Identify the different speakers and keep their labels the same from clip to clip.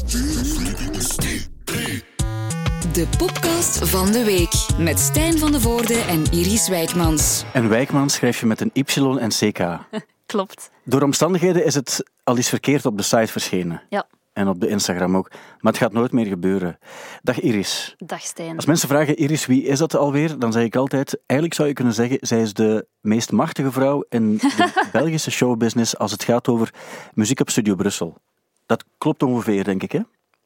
Speaker 1: De podcast van de week met Stijn van de Voorde en Iris Wijkmans.
Speaker 2: En Wijkmans schrijf je met een Y en CK.
Speaker 3: Klopt.
Speaker 2: Door omstandigheden is het al eens verkeerd op de site verschenen.
Speaker 3: Ja.
Speaker 2: En op de Instagram ook. Maar het gaat nooit meer gebeuren. Dag Iris.
Speaker 3: Dag Stijn.
Speaker 2: Als mensen vragen, Iris, wie is dat alweer? Dan zeg ik altijd, eigenlijk zou je kunnen zeggen, zij is de meest machtige vrouw in de Belgische showbusiness als het gaat over muziek op Studio Brussel. Dat klopt ongeveer, denk ik, hè?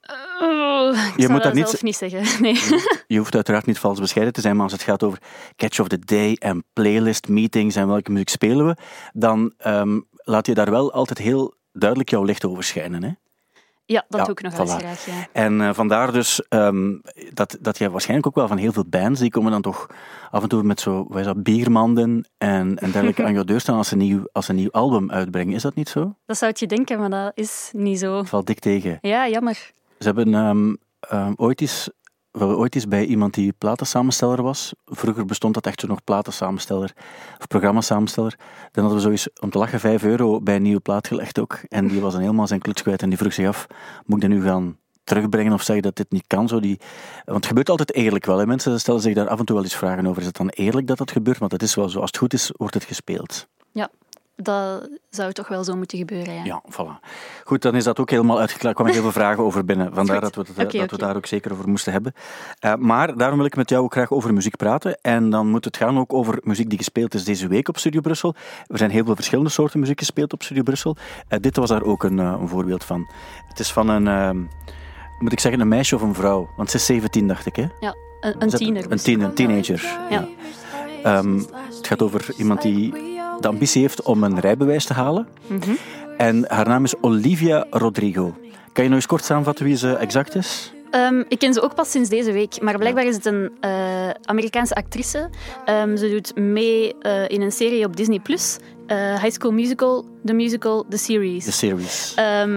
Speaker 3: Ik zou dat zelf niet zeggen, nee.
Speaker 2: Je hoeft uiteraard niet vals bescheiden te zijn, maar als het gaat over Catch of the Day en playlist meetings en welke muziek spelen we, dan laat je daar wel altijd heel duidelijk jouw licht over schijnen, hè?
Speaker 3: Ja, dat doe ik nog wel eens graag, ja.
Speaker 2: En vandaar dus dat jij waarschijnlijk ook wel van heel veel bands, die komen dan toch af en toe met zo, biermanden en dergelijke aan jouw deur staan als een nieuw album uitbrengen. Is dat niet zo?
Speaker 3: Dat zou je denken, maar dat is niet zo.
Speaker 2: Dat valt dik tegen.
Speaker 3: Ja, jammer.
Speaker 2: Ze hebben ooit eens bij iemand die platensamensteller was. Vroeger bestond dat echt zo nog platensamensteller of programmasamensteller. Dan hadden we zoiets om te lachen €5 bij een nieuwe plaat gelegd ook. En die was dan helemaal zijn kluts kwijt en die vroeg zich af, moet ik dat nu gaan terugbrengen of zeggen dat dit niet kan? Want het gebeurt altijd eerlijk wel. Hè? Mensen stellen zich daar af en toe wel eens vragen over. Is het dan eerlijk dat dat gebeurt? Want het is wel zo. Als het goed is, wordt het gespeeld.
Speaker 3: Ja. Dat zou toch wel zo moeten gebeuren, ja.
Speaker 2: Ja, voilà. Goed, dan is dat ook helemaal uitgeklaard. Er kwamen heel veel vragen over binnen. Vandaar dat we daar ook zeker over moesten hebben. Maar daarom wil ik met jou ook graag over muziek praten. En dan moet het gaan ook over muziek die gespeeld is deze week op Studio Brussel. Er zijn heel veel verschillende soorten muziek gespeeld op Studio Brussel. Dit was daar ook een voorbeeld van. Het is van een meisje of een vrouw. Want ze is 17, dacht ik, hè?
Speaker 3: Ja, een tiener.
Speaker 2: Een teenager.
Speaker 3: Ja.
Speaker 2: Het gaat over iemand die de ambitie heeft om een rijbewijs te halen.
Speaker 3: Mm-hmm.
Speaker 2: En haar naam is Olivia Rodrigo. Kan je nog eens kort samenvatten wie ze exact is?
Speaker 3: Ik ken ze ook pas sinds deze week, maar blijkbaar is het een Amerikaanse actrice. Ze doet mee in een serie op Disney+. High School Musical, The Series.
Speaker 2: The Series.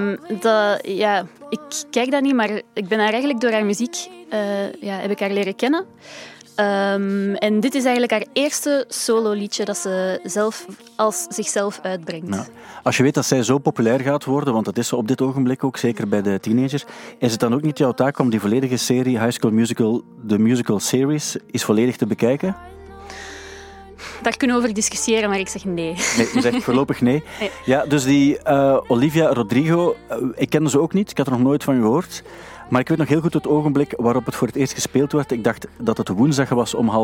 Speaker 3: Ik kijk dat niet, maar ik ben haar eigenlijk door haar muziek heb ik haar leren kennen. En dit is eigenlijk haar eerste solo-liedje dat ze zelf als zichzelf uitbrengt.
Speaker 2: Nou, als je weet dat zij zo populair gaat worden, want dat is ze op dit ogenblik ook, zeker bij de teenagers, is het dan ook niet jouw taak om die volledige serie High School Musical, The Musical Series, is volledig te bekijken?
Speaker 3: Daar kunnen we over discussiëren, maar ik zeg nee.
Speaker 2: Nee, je zegt voorlopig nee.
Speaker 3: Nee.
Speaker 2: Ja, dus die Olivia Rodrigo, ik kende ze ook niet, ik had er nog nooit van gehoord. Maar ik weet nog heel goed het ogenblik waarop het voor het eerst gespeeld werd. Ik dacht dat het woensdag was om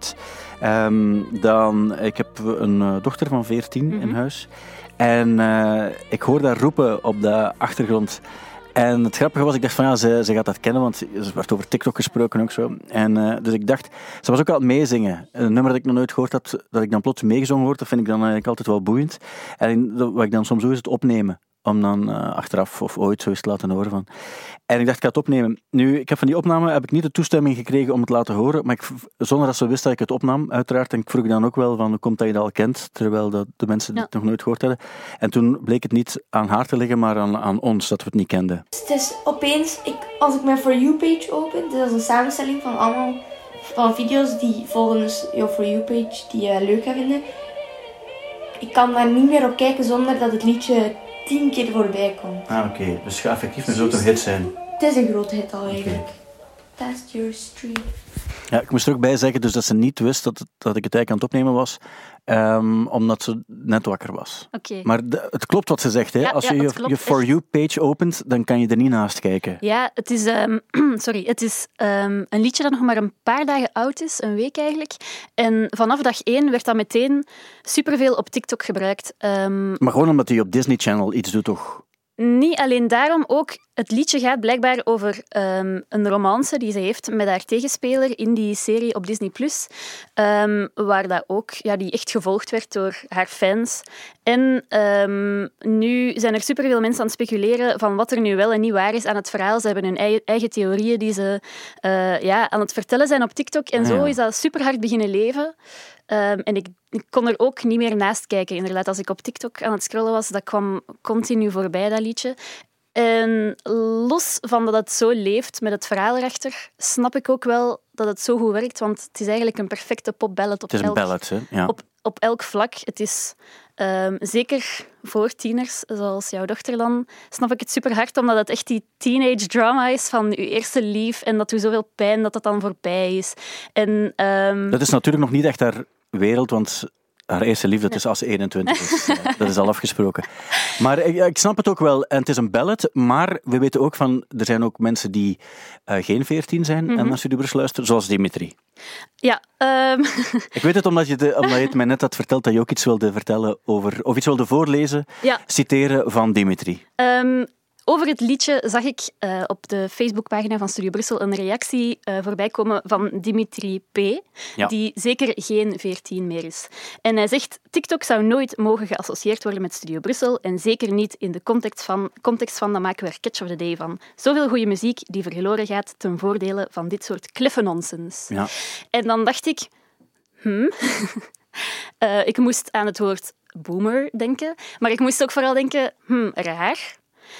Speaker 2: 7:30. Ik heb een dochter van 14 in huis. En ik hoor daar roepen op de achtergrond. En het grappige was, ik dacht van ja, ze gaat dat kennen, want er werd over TikTok gesproken ook zo. En dus ik dacht, ze was ook aan het meezingen. Een nummer dat ik nog nooit gehoord had, dat ik dan plots meegezongen hoor, dat vind ik dan eigenlijk altijd wel boeiend. En wat ik dan soms doe, is het opnemen. Om dan achteraf of ooit zo eens te laten horen van. En ik dacht, ik ga het opnemen. Nu, ik heb van die opname heb ik niet de toestemming gekregen om het te laten horen, maar zonder dat ze wist dat ik het opnam, uiteraard. En ik vroeg dan ook wel van, hoe komt dat je dat al kent, terwijl de mensen het nog nooit gehoord hadden. En toen bleek het niet aan haar te liggen, maar aan ons, dat we het niet kenden.
Speaker 4: Het is opeens, als ik mijn For You-page open, dat is een samenstelling van allemaal van video's die volgens jouw For You-page die je leuk gaat vinden. Ik kan daar niet meer op kijken zonder dat het liedje 10 keer voorbij komt.
Speaker 2: Oké. Dus het gaat effectief een grote hit zijn.
Speaker 4: Het is een grote hit al eigenlijk. Past Your Street.
Speaker 2: Ja, ik moest er ook bij zeggen dus dat ze niet wist dat ik het eigenlijk aan het opnemen was, omdat ze net wakker was.
Speaker 3: Okay.
Speaker 2: Maar het klopt wat ze zegt. Hè? Als je je For You-page opent, dan kan je er niet naast kijken.
Speaker 3: Ja, het is, een liedje dat nog maar een paar dagen oud is, een week eigenlijk. En vanaf dag 1 werd dat meteen superveel op TikTok gebruikt.
Speaker 2: Maar gewoon omdat hij op Disney Channel iets doet, toch?
Speaker 3: Niet alleen daarom, ook het liedje gaat blijkbaar over een romance die ze heeft met haar tegenspeler in die serie op Disney+. Waar dat ook, die echt gevolgd werd door haar fans. En nu zijn er superveel mensen aan het speculeren van wat er nu wel en niet waar is aan het verhaal. Ze hebben hun eigen theorieën die ze aan het vertellen zijn op TikTok. En zo is dat super hard beginnen leven. En ik kon er ook niet meer naast kijken. Inderdaad, als ik op TikTok aan het scrollen was, dat kwam continu voorbij, dat liedje. En los van dat het zo leeft met het verhaal erachter, snap ik ook wel dat het zo goed werkt, want het is eigenlijk een perfecte popballad op
Speaker 2: het is een ballad, hè? Ja.
Speaker 3: Op elk vlak. Het is Zeker voor tieners, zoals jouw dochter dan, snap ik het super hard, omdat het echt die teenage drama is van je eerste lief en dat doet zoveel pijn dat dat dan voorbij is. En,
Speaker 2: dat is natuurlijk nog niet echt haar wereld, want haar eerste liefde is als ze 21 is. Dat is al afgesproken. Maar ik snap het ook wel. En het is een ballad, maar we weten ook van... Er zijn ook mensen die geen 14 zijn en naar Studio Brussel luisteren, zoals Dimitri.
Speaker 3: Ja.
Speaker 2: Ik weet het omdat je het mij net had verteld dat je ook iets wilde vertellen over... Of iets wilde voorlezen, citeren van Dimitri.
Speaker 3: Over het liedje zag ik op de Facebookpagina van Studio Brussel een reactie voorbij komen van Dimitri P., die zeker geen 14 meer is. En hij zegt, TikTok zou nooit mogen geassocieerd worden met Studio Brussel en zeker niet in de context van, dan maken we er Catch of the Day van. Zoveel goede muziek die verloren gaat ten voordele van dit soort kleffennonsens. Ja. En dan dacht ik... ik moest aan het woord boomer denken, maar ik moest ook vooral denken, raar...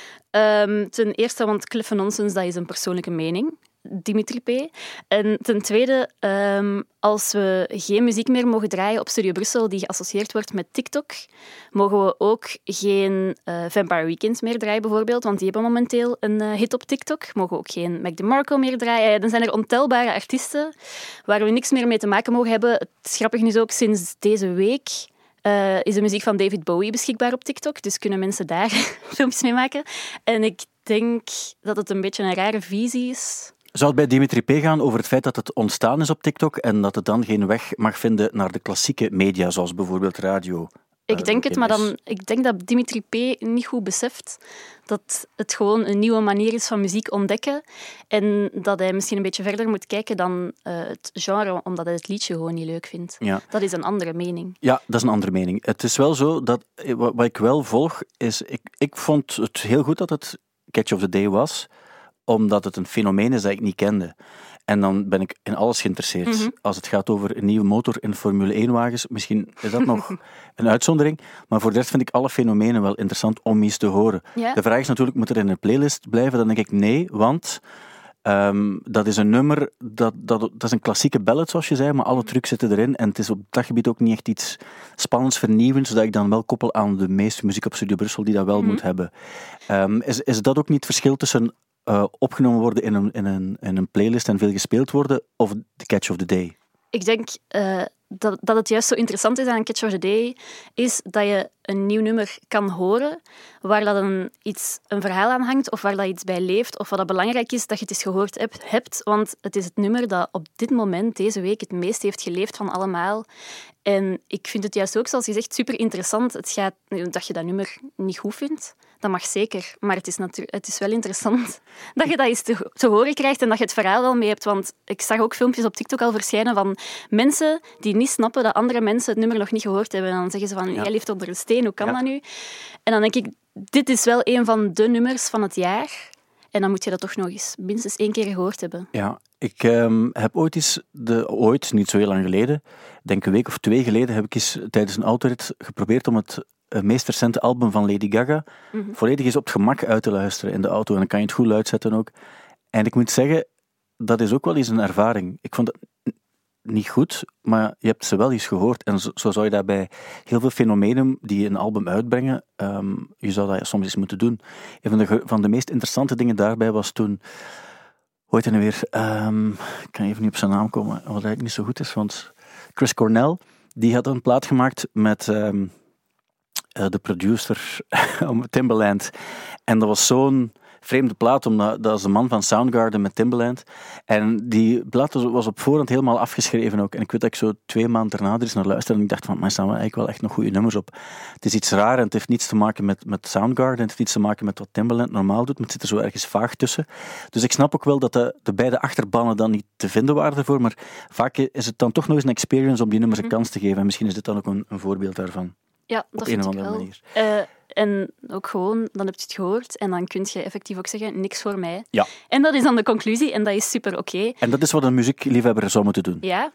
Speaker 3: ten eerste, want kleffennonsens, dat is een persoonlijke mening, Dimitri P. En ten tweede, als we geen muziek meer mogen draaien op Studio Brussel die geassocieerd wordt met TikTok, mogen we ook geen Vampire Weekend meer draaien, bijvoorbeeld, want die hebben momenteel een hit op TikTok. Mogen we ook geen Mac DeMarco meer draaien. Dan zijn er ontelbare artiesten waar we niks meer mee te maken mogen hebben. Het grappige is ook, sinds deze week... is de muziek van David Bowie beschikbaar op TikTok, dus kunnen mensen daar filmpjes mee maken. En ik denk dat het een beetje een rare visie is.
Speaker 2: Zou het bij Dimitri P. gaan over het feit dat het ontstaan is op TikTok en dat het dan geen weg mag vinden naar de klassieke media, zoals bijvoorbeeld radio?
Speaker 3: Ik denk het, maar ik denk dat Dimitri P. niet goed beseft dat het gewoon een nieuwe manier is van muziek ontdekken en dat hij misschien een beetje verder moet kijken dan het genre, omdat hij het liedje gewoon niet leuk vindt. Ja. Dat is een andere mening. Ja,
Speaker 2: dat is een andere mening. Het is wel zo dat, wat ik wel volg, is... Ik vond het heel goed dat het Catch of the Day was, omdat het een fenomeen is dat ik niet kende. En dan ben ik in alles geïnteresseerd. Als het gaat over een nieuwe motor in Formule 1-wagens, misschien is dat nog een uitzondering. Maar voor de rest vind ik alle fenomenen wel interessant om eens te horen. Ja. De vraag is natuurlijk, moet er in een playlist blijven? Dan denk ik nee, want dat is een nummer, dat is een klassieke ballad, zoals je zei, maar alle trucs zitten erin. En het is op dat gebied ook niet echt iets spannends, vernieuwends, zodat ik dan wel koppel aan de meeste muziek op Studio Brussel die dat wel moet hebben. Is dat ook niet het verschil tussen... opgenomen worden in een playlist en veel gespeeld worden, of de Catch of the Day?
Speaker 3: Ik denk dat het juist zo interessant is aan een Catch of the Day, is dat je een nieuw nummer kan horen, waar dat een verhaal aan hangt, of waar dat iets bij leeft, of wat dat belangrijk is dat je het eens gehoord hebt, want het is het nummer dat op dit moment, deze week, het meest heeft geleefd van allemaal. En ik vind het juist ook, zoals je zegt, super interessant. Het gaat dat je dat nummer niet goed vindt. Dat mag zeker, maar het is wel interessant dat je dat eens te horen krijgt en dat je het verhaal wel mee hebt. Want ik zag ook filmpjes op TikTok al verschijnen van mensen die niet snappen dat andere mensen het nummer nog niet gehoord hebben. En dan zeggen ze van, jij leeft onder een steen, hoe kan dat nu? En dan denk ik, dit is wel een van de nummers van het jaar. En dan moet je dat toch nog eens minstens 1 keer gehoord hebben.
Speaker 2: Ja, ik heb ooit, niet zo heel lang geleden, denk een week of 2 geleden, heb ik eens tijdens een autorit geprobeerd om het meest recente album van Lady Gaga volledig eens op het gemak uit te luisteren in de auto. En dan kan je het goed uitzetten ook. En ik moet zeggen, dat is ook wel eens een ervaring. Ik vond het niet goed, maar je hebt ze wel eens gehoord. En zo zou je daarbij heel veel fenomenen die een album uitbrengen, je zou dat soms eens moeten doen. Een van de meest interessante dingen daarbij was toen, hoe heet hij nu weer? Ik kan even niet op zijn naam komen, wat eigenlijk niet zo goed is, want Chris Cornell, die had een plaat gemaakt met de producer Timbaland. En dat was zo'n vreemde plaat, omdat dat is de man van Soundgarden met Timbaland. En die plaat was op voorhand helemaal afgeschreven ook. En ik weet dat ik zo 2 maanden daarna er eens naar luisterde en ik dacht van, maar staan we eigenlijk wel echt nog goede nummers op. Het is iets raar en het heeft niets te maken met Soundgarden, het heeft niets te maken met wat Timbaland normaal doet, maar het zit er zo ergens vaag tussen. Dus ik snap ook wel dat de beide achterbannen dan niet te vinden waren ervoor, maar vaak is het dan toch nog eens een experience om die nummers een kans te geven. En misschien is dit dan ook een voorbeeld daarvan.
Speaker 3: Ja, dat
Speaker 2: op een of andere manier.
Speaker 3: En ook gewoon, dan heb je het gehoord en dan kun je effectief ook zeggen, niks voor mij.
Speaker 2: Ja.
Speaker 3: En dat is dan de conclusie en dat is super oké.
Speaker 2: En dat is wat een muziekliefhebber zou moeten doen.
Speaker 3: Ja.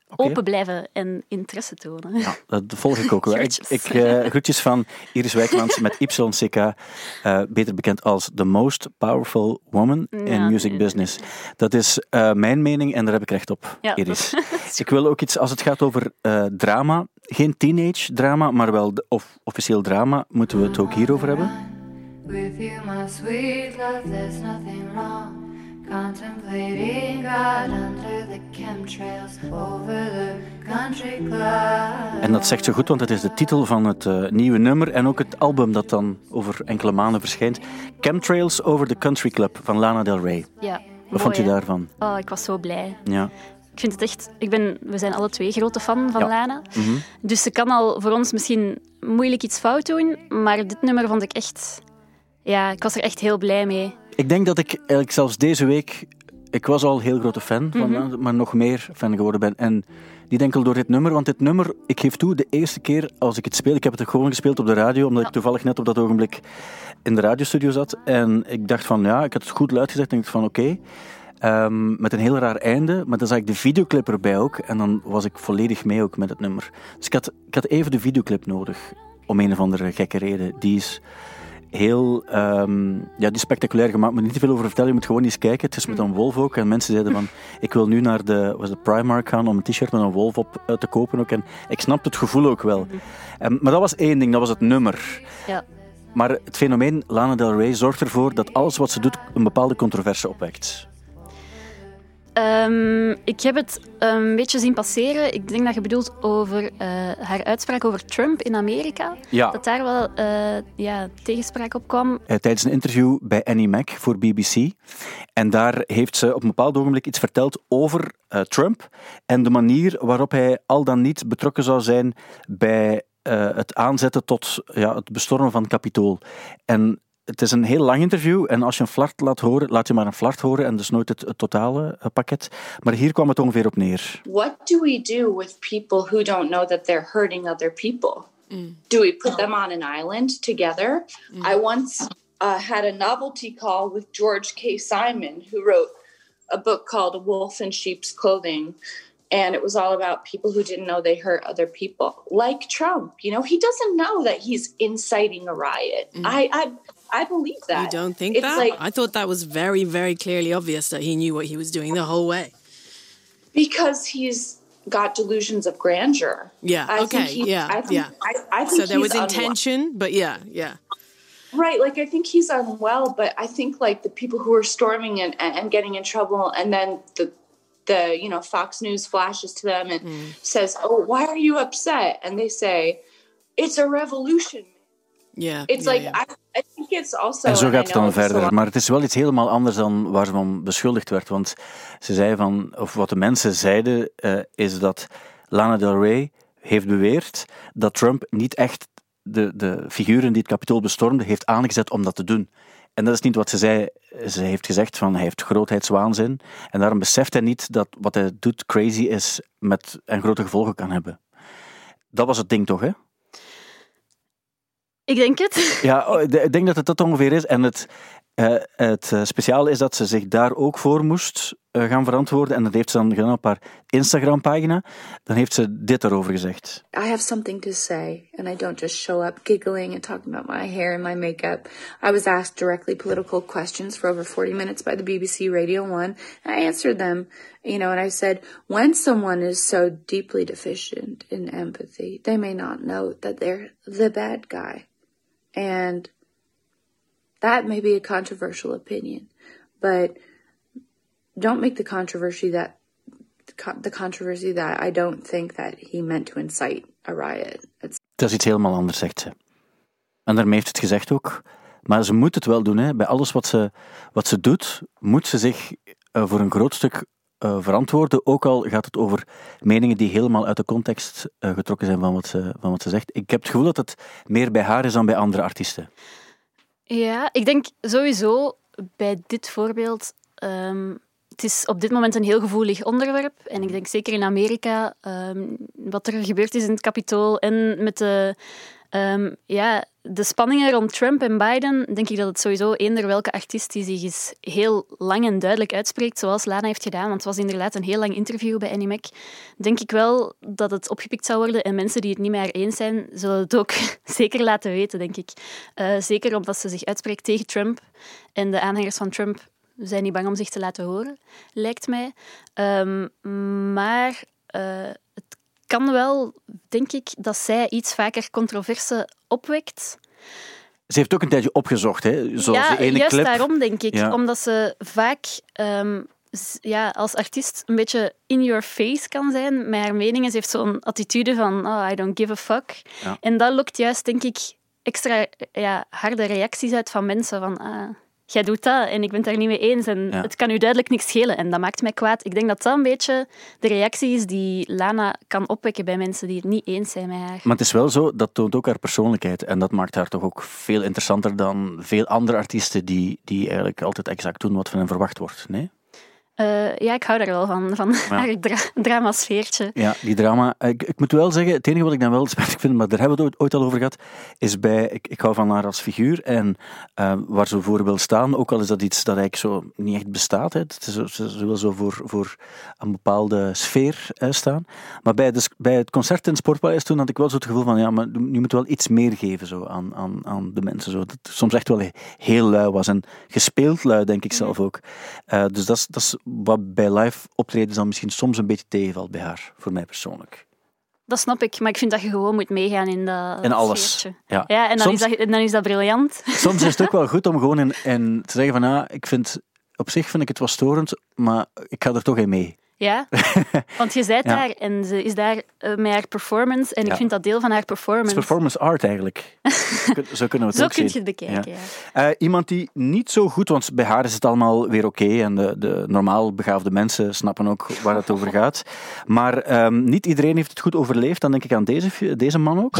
Speaker 3: open blijven en interesse tonen.
Speaker 2: Ja, dat volg ik ook wel. Groetjes van Iris Wijkmans met YCK, beter bekend als The Most Powerful Woman in Music Business. Dat is mijn mening en daar heb ik recht op, Iris. Ik wil ook iets, als het gaat over drama, geen teenage drama, maar wel officieel drama, moeten we het ook hierover hebben.
Speaker 5: With you, my sweet love, there's nothing wrong. Contemplating God under the chemtrails over the country club.
Speaker 2: En dat zegt zo goed, want het is de titel van het nieuwe nummer en ook het album dat dan over enkele maanden verschijnt. Chemtrails over the Country Club van Lana Del Rey.
Speaker 3: Ja,
Speaker 2: Wat vond je daarvan?
Speaker 3: Oh, ik was zo blij.
Speaker 2: Ja.
Speaker 3: Ik vind het echt... We zijn alle twee grote fan van Lana.
Speaker 2: Mm-hmm.
Speaker 3: Dus ze kan al voor ons misschien moeilijk iets fout doen, maar dit nummer vond ik echt... Ja, ik was er echt heel blij mee.
Speaker 2: Ik denk dat ik eigenlijk zelfs deze week... Ik was al een heel grote fan van Lana, maar nog meer fan geworden ben. En niet enkel door dit nummer, want dit nummer, ik geef toe, de eerste keer als ik het speel, ik heb het gewoon gespeeld op de radio, omdat ik toevallig net op dat ogenblik in de radiostudio zat. En ik dacht van, ik had het goed luidgezet en ik dacht van, oké. Met een heel raar einde, maar dan zag ik de videoclip erbij ook. En dan was ik volledig mee ook met het nummer. Dus ik had even de videoclip nodig, om een of andere gekke reden. Die is... heel die is spectaculair gemaakt. Ik moet niet te veel over vertellen, je moet gewoon eens kijken. Het is met een wolf ook. En mensen zeiden van, ik wil nu naar de Primark gaan om een t-shirt met een wolf op te kopen ook. En ik snap het gevoel ook wel. Maar dat was één ding, dat was het nummer.
Speaker 3: Ja.
Speaker 2: Maar het fenomeen Lana Del Rey zorgt ervoor dat alles wat ze doet een bepaalde controverse opwekt.
Speaker 3: Ik heb het een beetje zien passeren. Ik denk dat je bedoelt over haar uitspraak over Trump in Amerika.
Speaker 2: Ja.
Speaker 3: Dat daar wel tegenspraak op kwam.
Speaker 2: Tijdens een interview bij Annie Mac voor BBC. En daar heeft ze op een bepaald ogenblik iets verteld over Trump en de manier waarop hij al dan niet betrokken zou zijn bij het aanzetten tot het bestormen van het Capitool. En het is een heel lang interview en als je een flart laat horen, laat je maar een flart horen en dus nooit het totale pakket. Maar hier kwam het ongeveer op neer.
Speaker 6: What do we do with people who don't know that they're hurting other people? Do we put them on an island together? I once had a novelty call with George K. Simon, who wrote a book called A Wolf in Sheep's Clothing. And it was all about people who didn't know they hurt other people. Like Trump, he doesn't know that he's inciting a riot. I believe that.
Speaker 7: You don't think that? I thought that was very, very clearly obvious that he knew what he was doing the whole way.
Speaker 6: Because he's got delusions of grandeur.
Speaker 7: Yeah,
Speaker 6: I think
Speaker 7: so there was intention, but yeah.
Speaker 6: Right, I think he's unwell, but I think the people who are storming and getting in trouble, and then the Fox News flashes to them and says, "Oh, why are you upset?" And they say, "It's a revolution."
Speaker 2: Yeah,
Speaker 6: it's I think it's also...
Speaker 2: En zo gaat het dan verder. Maar het is wel iets helemaal anders dan waar ze van beschuldigd werd. Want ze zei of wat de mensen zeiden, is dat Lana Del Rey heeft beweerd dat Trump niet echt de figuren die het Capitool bestormden heeft aangezet om dat te doen. En dat is niet wat ze zei. Ze heeft gezegd van hij heeft grootheidswaanzin. En daarom beseft hij niet dat wat hij doet crazy is en grote gevolgen kan hebben. Dat was het ding toch, hè?
Speaker 3: Ik denk het.
Speaker 2: Ja, ik denk dat het dat ongeveer is. En het speciale is dat ze zich daar ook voor moest gaan verantwoorden. En dat heeft ze dan gedaan op haar Instagram-pagina. Dan heeft ze dit erover gezegd.
Speaker 8: I have something to say, and I don't just show up giggling and talking about my hair and my makeup. I was asked directly political questions for over 40 minutes by the BBC Radio 1, and I answered them, and I said, when someone is so deeply deficient in empathy, they may not know that they're the bad guy. And that may be a controversial opinion, but don't make the controversy that I don't think that he meant to incite a riot.
Speaker 2: Dat is iets helemaal anders, zegt ze. En daarmee heeft het gezegd ook. Maar ze moet het wel doen, hè. Bij alles wat ze doet, moet ze zich voor een groot stuk verantwoorden. Ook al gaat het over meningen die helemaal uit de context getrokken zijn van wat ze zegt. Ik heb het gevoel dat het meer bij haar is dan bij andere artiesten.
Speaker 3: Ja, ik denk sowieso bij dit voorbeeld... het is op dit moment een heel gevoelig onderwerp. En ik denk zeker in Amerika, wat er gebeurd is in het Capitool en met de spanningen rond Trump en Biden, denk ik dat het sowieso eender welke artiest die zich eens heel lang en duidelijk uitspreekt, zoals Lana heeft gedaan, want het was inderdaad een heel lang interview bij Annie Mac, denk ik wel dat het opgepikt zou worden en mensen die het niet met haar eens zijn, zullen het ook zeker laten weten, denk ik. Zeker omdat ze zich uitspreekt tegen Trump en de aanhangers van Trump zijn niet bang om zich te laten horen, lijkt mij. Maar het kan wel, denk ik, dat zij iets vaker controverse opwekt.
Speaker 2: Ze heeft ook een tijdje opgezocht, hè? Zoals die ene
Speaker 3: juist
Speaker 2: clip.
Speaker 3: daarom, denk ik.
Speaker 2: Ja.
Speaker 3: Omdat ze vaak als artiest een beetje in your face kan zijn met haar meningen. Ze heeft zo'n attitude van I don't give a fuck.
Speaker 2: Ja.
Speaker 3: En dat lokt juist, denk ik, extra harde reacties uit van mensen van... jij doet dat en ik ben het daar niet mee eens en het kan u duidelijk niks schelen en dat maakt mij kwaad. Ik denk dat dat een beetje de reactie is die Lana kan opwekken bij mensen die het niet eens zijn met haar.
Speaker 2: Maar het is wel zo, dat toont ook haar persoonlijkheid en dat maakt haar toch ook veel interessanter dan veel andere artiesten die eigenlijk altijd exact doen wat van hen verwacht wordt, nee?
Speaker 3: Ik hou daar wel van haar dramasfeertje.
Speaker 2: Ja, die drama. Ik moet wel zeggen, het enige wat ik dan wel spijtig vind, maar daar hebben we het ooit al over gehad, is bij, ik hou van haar als figuur en waar ze voor wil staan, ook al is dat iets dat eigenlijk zo niet echt bestaat. Hè. Ze wil zo voor een bepaalde sfeer staan. Maar bij het concert in het Sportpaleis toen had ik wel zo het gevoel van, ja, maar je moet wel iets meer geven zo, aan de mensen. Zo. Dat het soms echt wel heel lui was en gespeeld lui, denk ik zelf ook. Dus dat is wat bij live optredens dan misschien soms een beetje tegenvalt bij haar, voor mij persoonlijk.
Speaker 3: Dat snap ik, maar ik vind dat je gewoon moet meegaan in dat
Speaker 2: in alles.
Speaker 3: sfeertje.
Speaker 2: Ja.
Speaker 3: En dan is dat briljant.
Speaker 2: Soms is het ook wel goed om gewoon in te zeggen van op zich vind ik het wel storend, maar ik ga er toch in mee.
Speaker 3: Ja, want je zei daar en ze is daar met haar performance en ik vind dat deel van haar performance.
Speaker 2: Het is performance art eigenlijk. Zo kunnen we het
Speaker 3: zo
Speaker 2: ook zien.
Speaker 3: Zo kun je het bekijken, ja.
Speaker 2: Iemand die niet zo goed, want bij haar is het allemaal weer oké en de normaal begaafde mensen snappen ook waar het over gaat. Maar niet iedereen heeft het goed overleefd, dan denk ik aan deze man ook.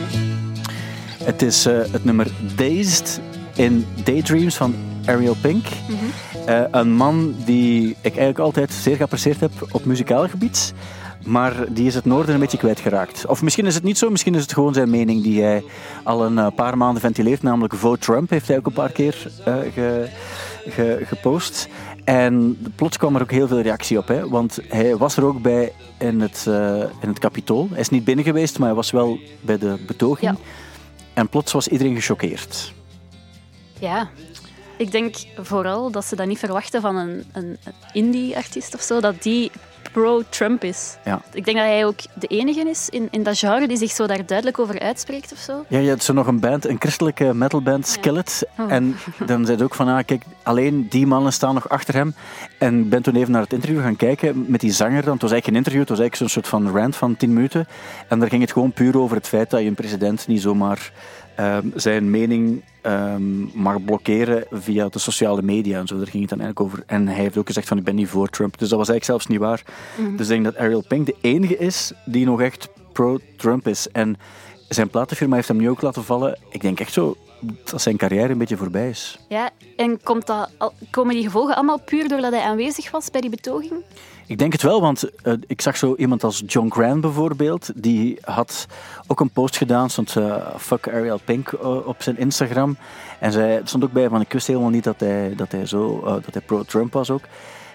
Speaker 2: Het is het nummer Dazed in Daydreams van Ariel Pink. Mm-hmm. Een man die ik eigenlijk altijd zeer geapprecieerd heb op muzikaal gebied, maar die is het noorden een beetje kwijtgeraakt. Of misschien is het niet zo, misschien is het gewoon zijn mening die hij al een paar maanden ventileert, namelijk Vote Trump heeft hij ook een paar keer gepost. En plots kwam er ook heel veel reactie op, hè, want hij was er ook bij in het Capitool. Hij is niet binnen geweest, maar hij was wel bij de betoging. Ja. En plots was iedereen gechoqueerd.
Speaker 3: Ja, ik denk vooral dat ze dat niet verwachten van een indie-artiest of zo, dat die pro-Trump is. Ja. Ik denk dat hij ook de enige is in dat genre die zich zo daar duidelijk over uitspreekt of zo.
Speaker 2: Ja, je hebt zo nog een christelijke metalband, Skillet. Ja. Oh. En dan zei hij ook van, kijk, alleen die mannen staan nog achter hem. En ik ben toen even naar het interview gaan kijken met die zanger. Dan. Het was eigenlijk geen interview, het was eigenlijk zo'n soort van rant van 10 minuten. En daar ging het gewoon puur over het feit dat je een president niet zomaar zijn mening mag blokkeren via de sociale media en zo. Daar ging het dan eigenlijk over. En hij heeft ook gezegd van, ik ben niet voor Trump. Dus dat was eigenlijk zelfs niet waar. Mm-hmm. Dus ik denk dat Ariel Pink de enige is die nog echt pro-Trump is. En zijn platenfirma heeft hem nu ook laten vallen. Ik denk echt zo dat zijn carrière een beetje voorbij is.
Speaker 3: Ja, en komen die gevolgen allemaal puur doordat hij aanwezig was bij die betoging?
Speaker 2: Ik denk het wel, want ik zag zo iemand als John Grant bijvoorbeeld, die had ook een post gedaan, stond fuck Ariel Pink op zijn Instagram. En zij stond ook bij van, ik wist helemaal niet dat hij pro-Trump was ook.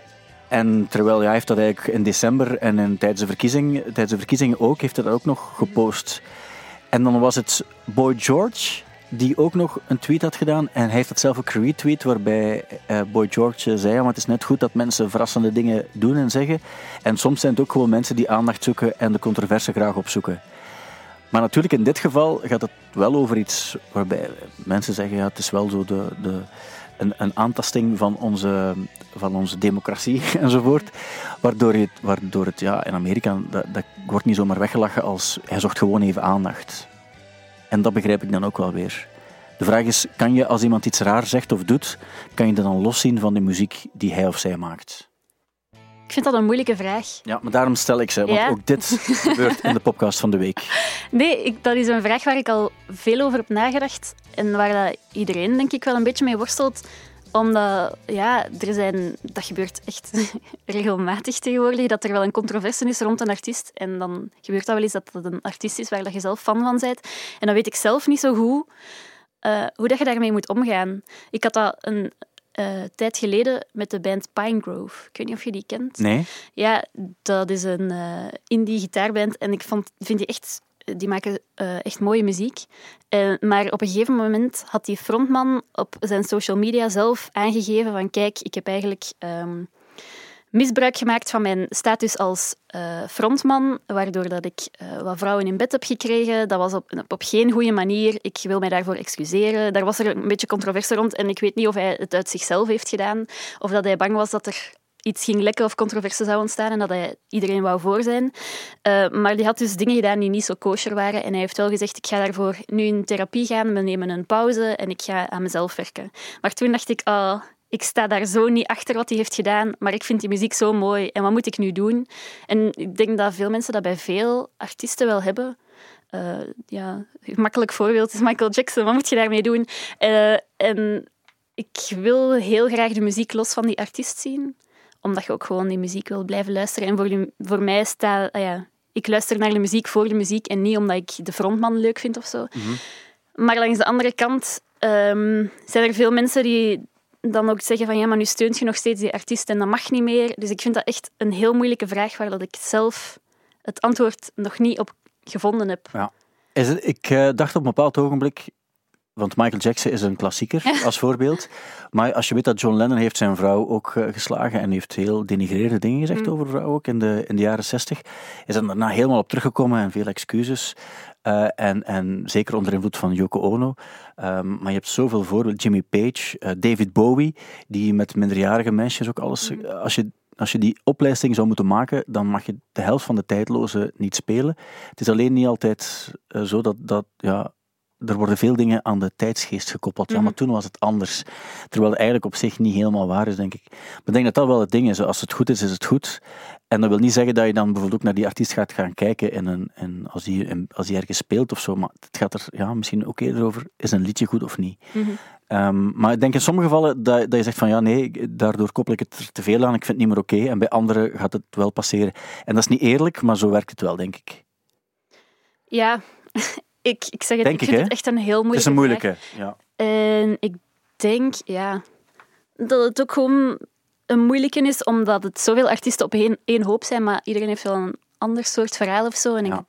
Speaker 2: En terwijl hij heeft dat eigenlijk in december en tijdens de verkiezingen ook, heeft hij dat ook nog gepost. En dan was het Boy George die ook nog een tweet had gedaan. En hij heeft dat zelf ook retweet, waarbij Boy George zei, maar het is net goed dat mensen verrassende dingen doen en zeggen. En soms zijn het ook gewoon mensen die aandacht zoeken en de controverse graag opzoeken. Maar natuurlijk, in dit geval gaat het wel over iets waarbij mensen zeggen, ja, het is wel zo een aantasting van onze democratie enzovoort. Waardoor het in Amerika, dat wordt niet zomaar weggelachen als hij zocht gewoon even aandacht. En dat begrijp ik dan ook wel weer. De vraag is, kan je als iemand iets raar zegt of doet, kan je dat dan loszien van de muziek die hij of zij maakt?
Speaker 3: Ik vind dat een moeilijke vraag.
Speaker 2: Ja, maar daarom stel ik ze, want ook dit gebeurt in de podcast van de week.
Speaker 3: Nee, dat is een vraag waar ik al veel over heb nagedacht en waar dat iedereen, denk ik, wel een beetje mee worstelt. Omdat, dat gebeurt echt regelmatig tegenwoordig, dat er wel een controverse is rond een artiest. En dan gebeurt dat wel eens dat het een artiest is waar dat je zelf fan van bent. En dan weet ik zelf niet zo goed hoe dat je daarmee moet omgaan. Ik had dat een tijd geleden met de band Pinegrove. Ik weet niet of je die kent.
Speaker 2: Nee.
Speaker 3: Ja, dat is een indie gitaarband. En ik vind die echt... Die maken echt mooie muziek. Maar op een gegeven moment had die frontman op zijn social media zelf aangegeven van kijk, ik heb eigenlijk misbruik gemaakt van mijn status als frontman, waardoor dat ik wat vrouwen in bed heb gekregen. Dat was op geen goede manier. Ik wil mij daarvoor excuseren. Daar was er een beetje controverse rond en ik weet niet of hij het uit zichzelf heeft gedaan of dat hij bang was dat er iets ging lekken of controverse zou ontstaan en dat hij iedereen wou voor zijn. Maar die had dus dingen gedaan die niet zo kosher waren. En hij heeft wel gezegd, ik ga daarvoor nu in therapie gaan, we nemen een pauze en ik ga aan mezelf werken. Maar toen dacht ik, ik sta daar zo niet achter wat hij heeft gedaan, maar ik vind die muziek zo mooi. En wat moet ik nu doen? En ik denk dat veel mensen dat bij veel artiesten wel hebben. Een makkelijk voorbeeld is Michael Jackson. Wat moet je daarmee doen? En ik wil heel graag de muziek los van die artiest zien, omdat je ook gewoon die muziek wil blijven luisteren. En voor mij ik luister naar de muziek voor de muziek en niet omdat ik de frontman leuk vind of zo. Mm-hmm. Maar langs de andere kant zijn er veel mensen die dan ook zeggen van ja, maar nu steunt je nog steeds die artiest en dat mag niet meer. Dus ik vind dat echt een heel moeilijke vraag waar dat ik zelf het antwoord nog niet op gevonden heb. Ja.
Speaker 2: Ik dacht op een bepaald ogenblik, want Michael Jackson is een klassieker als voorbeeld. Maar als je weet dat John Lennon heeft zijn vrouw ook geslagen en heeft heel denigrerende dingen gezegd over vrouwen ook in de jaren 60, is er daarna helemaal op teruggekomen en veel excuses. En zeker onder invloed van Yoko Ono. Maar je hebt zoveel voorbeelden. Jimmy Page, David Bowie, die met minderjarige meisjes ook alles... Als je die oplijsting zou moeten maken, dan mag je de helft van de tijdloze niet spelen. Het is alleen niet altijd zo dat er worden veel dingen aan de tijdsgeest gekoppeld. Ja, maar toen was het anders. Terwijl het eigenlijk op zich niet helemaal waar is, denk ik. Maar ik denk dat dat wel het ding is. Als het goed is, is het goed. En dat wil niet zeggen dat je dan bijvoorbeeld ook naar die artiest gaat gaan kijken als die ergens speelt of zo. Maar het gaat er misschien ook eerder over, is een liedje goed of niet? Mm-hmm. Maar ik denk in sommige gevallen dat je zegt van ja, nee, daardoor koppel ik het er te veel aan, ik vind het niet meer oké. En bij anderen gaat het wel passeren. En dat is niet eerlijk, maar zo werkt het wel, denk ik.
Speaker 3: Ja, ik zeg het, ik vind het echt een heel moeilijke
Speaker 2: vraag. Het is een moeilijke, ja.
Speaker 3: En ik denk, dat het ook gewoon een moeilijke is, omdat het zoveel artiesten op één hoop zijn, maar iedereen heeft wel een ander soort verhaal of zo. En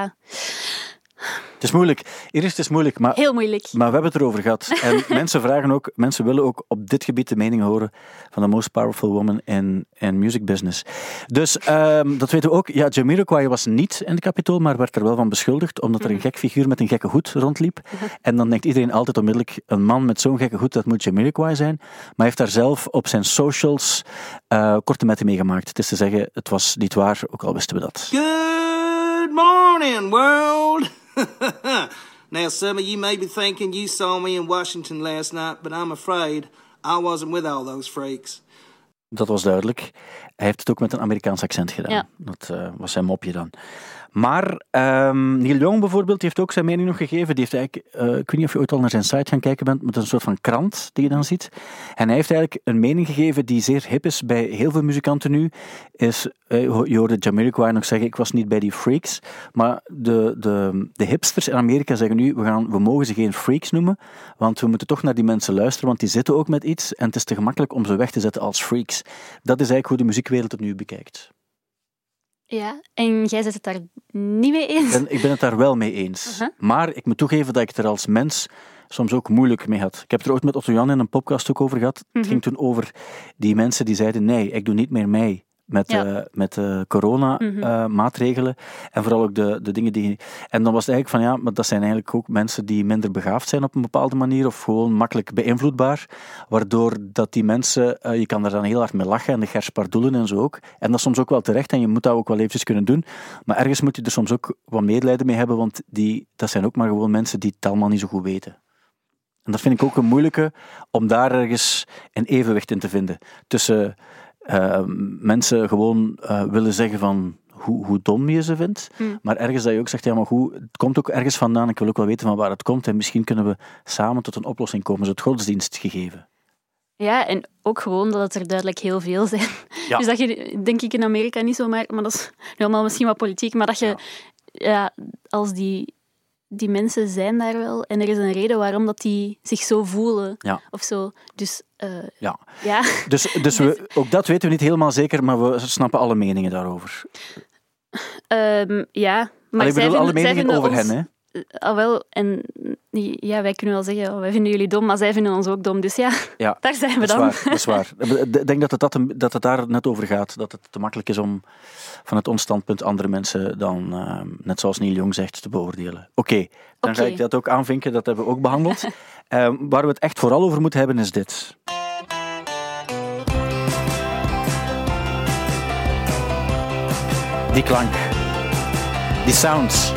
Speaker 2: Het is moeilijk. Iris, het is moeilijk. Maar,
Speaker 3: heel moeilijk.
Speaker 2: Maar we hebben het erover gehad. En mensen willen ook op dit gebied de mening horen van de most powerful woman in music business. Dus dat weten we ook. Ja, Jamiroquai was niet in de Capitool, maar werd er wel van beschuldigd, omdat er een gek figuur met een gekke hoed rondliep. En dan denkt iedereen altijd onmiddellijk, een man met zo'n gekke hoed, dat moet Jamiroquai zijn. Maar hij heeft daar zelf op zijn socials korte metten mee gemaakt. Het is te zeggen, het was niet waar, ook al wisten we dat.
Speaker 9: Good morning, world! Now, some of you may be thinking you saw me in Washington last night, but I'm afraid I wasn't with all those freaks.
Speaker 2: Dat was duidelijk. Hij heeft het ook met een Amerikaans accent gedaan. Ja. Dat was zijn mopje dan. Maar Neil Young bijvoorbeeld, die heeft ook zijn mening nog gegeven. Die heeft eigenlijk, ik weet niet of je ooit al naar zijn site gaan kijken bent, met een soort van krant die je dan ziet. En hij heeft eigenlijk een mening gegeven die zeer hip is bij heel veel muzikanten nu. Je hoorde Jamiroquai nog zeggen, ik was niet bij die freaks. Maar de hipsters in Amerika zeggen nu, we mogen ze geen freaks noemen, want we moeten toch naar die mensen luisteren, want die zitten ook met iets en het is te gemakkelijk om ze weg te zetten als freaks. Dat is eigenlijk hoe de muziekwereld het nu bekijkt.
Speaker 3: Ja, en jij zit het daar niet mee eens?
Speaker 2: Ik ben het daar wel mee eens. Maar ik moet toegeven dat ik het er als mens soms ook moeilijk mee had. Ik heb het er ooit met Otto Jan in een podcast ook over gehad. Het ging toen over die mensen die zeiden, nee, ik doe niet meer mee met corona-maatregelen. En vooral ook de dingen die... En dan was het eigenlijk van, maar dat zijn eigenlijk ook mensen die minder begaafd zijn op een bepaalde manier, of gewoon makkelijk beïnvloedbaar, waardoor dat die mensen, je kan daar dan heel hard mee lachen en de gerspardoelen en zo ook. En dat is soms ook wel terecht en je moet dat ook wel eventjes kunnen doen. Maar ergens moet je er soms ook wat medelijden mee hebben, want dat zijn ook maar gewoon mensen die het allemaal niet zo goed weten. En dat vind ik ook een moeilijke, om daar ergens een evenwicht in te vinden. Tussen mensen gewoon willen zeggen van hoe dom je ze vindt, maar ergens dat je ook zegt, maar goed, het komt ook ergens vandaan, ik wil ook wel weten van waar het komt en misschien kunnen we samen tot een oplossing komen, zo het godsdienstgegeven.
Speaker 3: Ja, en ook gewoon dat het er duidelijk heel veel zijn.
Speaker 2: Ja.
Speaker 3: Dus dat je, denk ik in Amerika niet zomaar, maar dat is nu allemaal misschien wat politiek, maar dat je, als die mensen zijn daar wel en er is een reden waarom dat die zich zo voelen of zo. Dus
Speaker 2: ja. Dus ook dat weten we niet helemaal zeker, maar we snappen alle meningen daarover.
Speaker 3: Maar
Speaker 2: ik bedoel, alle meningen over hen, hè?
Speaker 3: Wel, en wij kunnen wel zeggen, wij vinden jullie dom, maar zij vinden ons ook dom. Dus daar zijn we dan.
Speaker 2: Dat is waar. Ik denk dat het daar net over gaat. Dat het te makkelijk is om van ons standpunt andere mensen dan, net zoals Neil Young zegt, te beoordelen. Oké, dan ga ik dat ook aanvinken. Dat hebben we ook behandeld. Waar we het echt vooral over moeten hebben is dit. Die klank. Die sounds.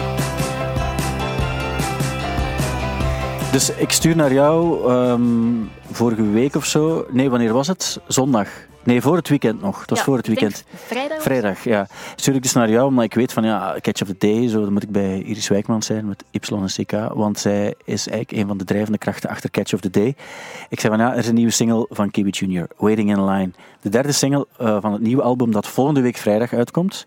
Speaker 2: Dus ik stuur naar jou vorige week of zo. Nee, wanneer was het? Zondag. Nee, voor het weekend nog. Het was voor het weekend. Vrijdag, ja. Stuur ik dus naar jou, omdat ik weet van Catch of the Day, zo, dan moet ik bij Iris Wijkman zijn met Y en CK, want zij is eigenlijk een van de drijvende krachten achter Catch of the Day. Ik zei van er is een nieuwe single van Kiwi Jr., Waiting in Line. De derde single van het nieuwe album dat volgende week vrijdag uitkomt.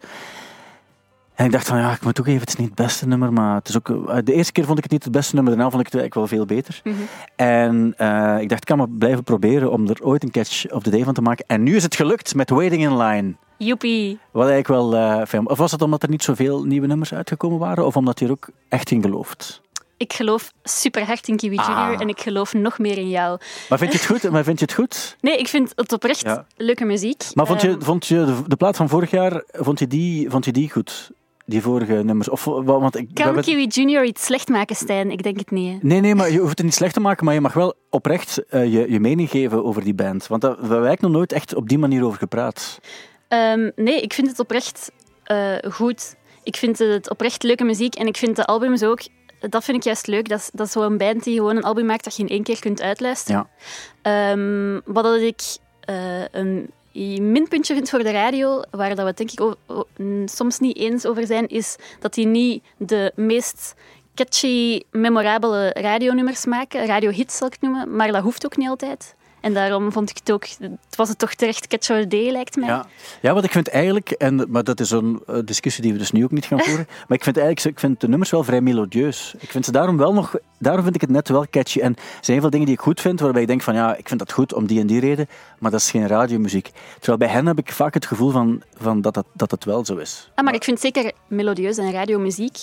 Speaker 2: En ik dacht van, ik moet ook even, het is niet het beste nummer, maar het is ook... De eerste keer vond ik het niet het beste nummer, daarna vond ik het eigenlijk wel veel beter. Mm-hmm. En ik dacht, ik kan maar blijven proberen om er ooit een Catch of the Day van te maken. En nu is het gelukt met Waiting in Line.
Speaker 3: Joepie.
Speaker 2: Wat eigenlijk wel fijn. Of was het omdat er niet zoveel nieuwe nummers uitgekomen waren, of omdat je er ook echt in gelooft?
Speaker 3: Ik geloof super hard in Kiwi Jr. en ik geloof nog meer in jou.
Speaker 2: Maar vind je het goed?
Speaker 3: Nee, ik vind het oprecht leuke muziek.
Speaker 2: Maar vond je de plaat van vorig jaar, vond je die goed? Die vorige nummers.
Speaker 3: Kan Kiwi Jr. iets slecht maken, Stijn? Ik denk het niet.
Speaker 2: Nee, maar je hoeft het niet slecht te maken, maar je mag wel oprecht je mening geven over die band. Want we hebben eigenlijk nog nooit echt op die manier over gepraat.
Speaker 3: Nee, ik vind het oprecht goed. Ik vind het oprecht leuke muziek en ik vind de albums ook... Dat vind ik juist leuk. Dat is zo'n band die gewoon een album maakt dat je in 1 keer kunt uitluisteren. Ja. Wat dat ik een minpuntje vind voor de radio, waar dat we het denk ik soms niet eens over zijn, is dat die niet de meest catchy, memorabele radionummers maken. Radiohits zal ik het noemen, maar dat hoeft ook niet altijd. En daarom vond ik het ook... Was het toch terecht Catch of the Day, lijkt mij.
Speaker 2: Ja, wat ik vind eigenlijk... Maar dat is een discussie die we dus nu ook niet gaan voeren. Maar ik vind de nummers wel vrij melodieus. Ik vind ze daarom vind ik het net wel catchy. En er zijn heel veel dingen die ik goed vind, waarbij ik denk van ik vind dat goed om die en die reden, maar dat is geen radiomuziek. Terwijl bij hen heb ik vaak het gevoel van dat het wel zo is.
Speaker 3: Maar ik vind zeker melodieus en radiomuziek.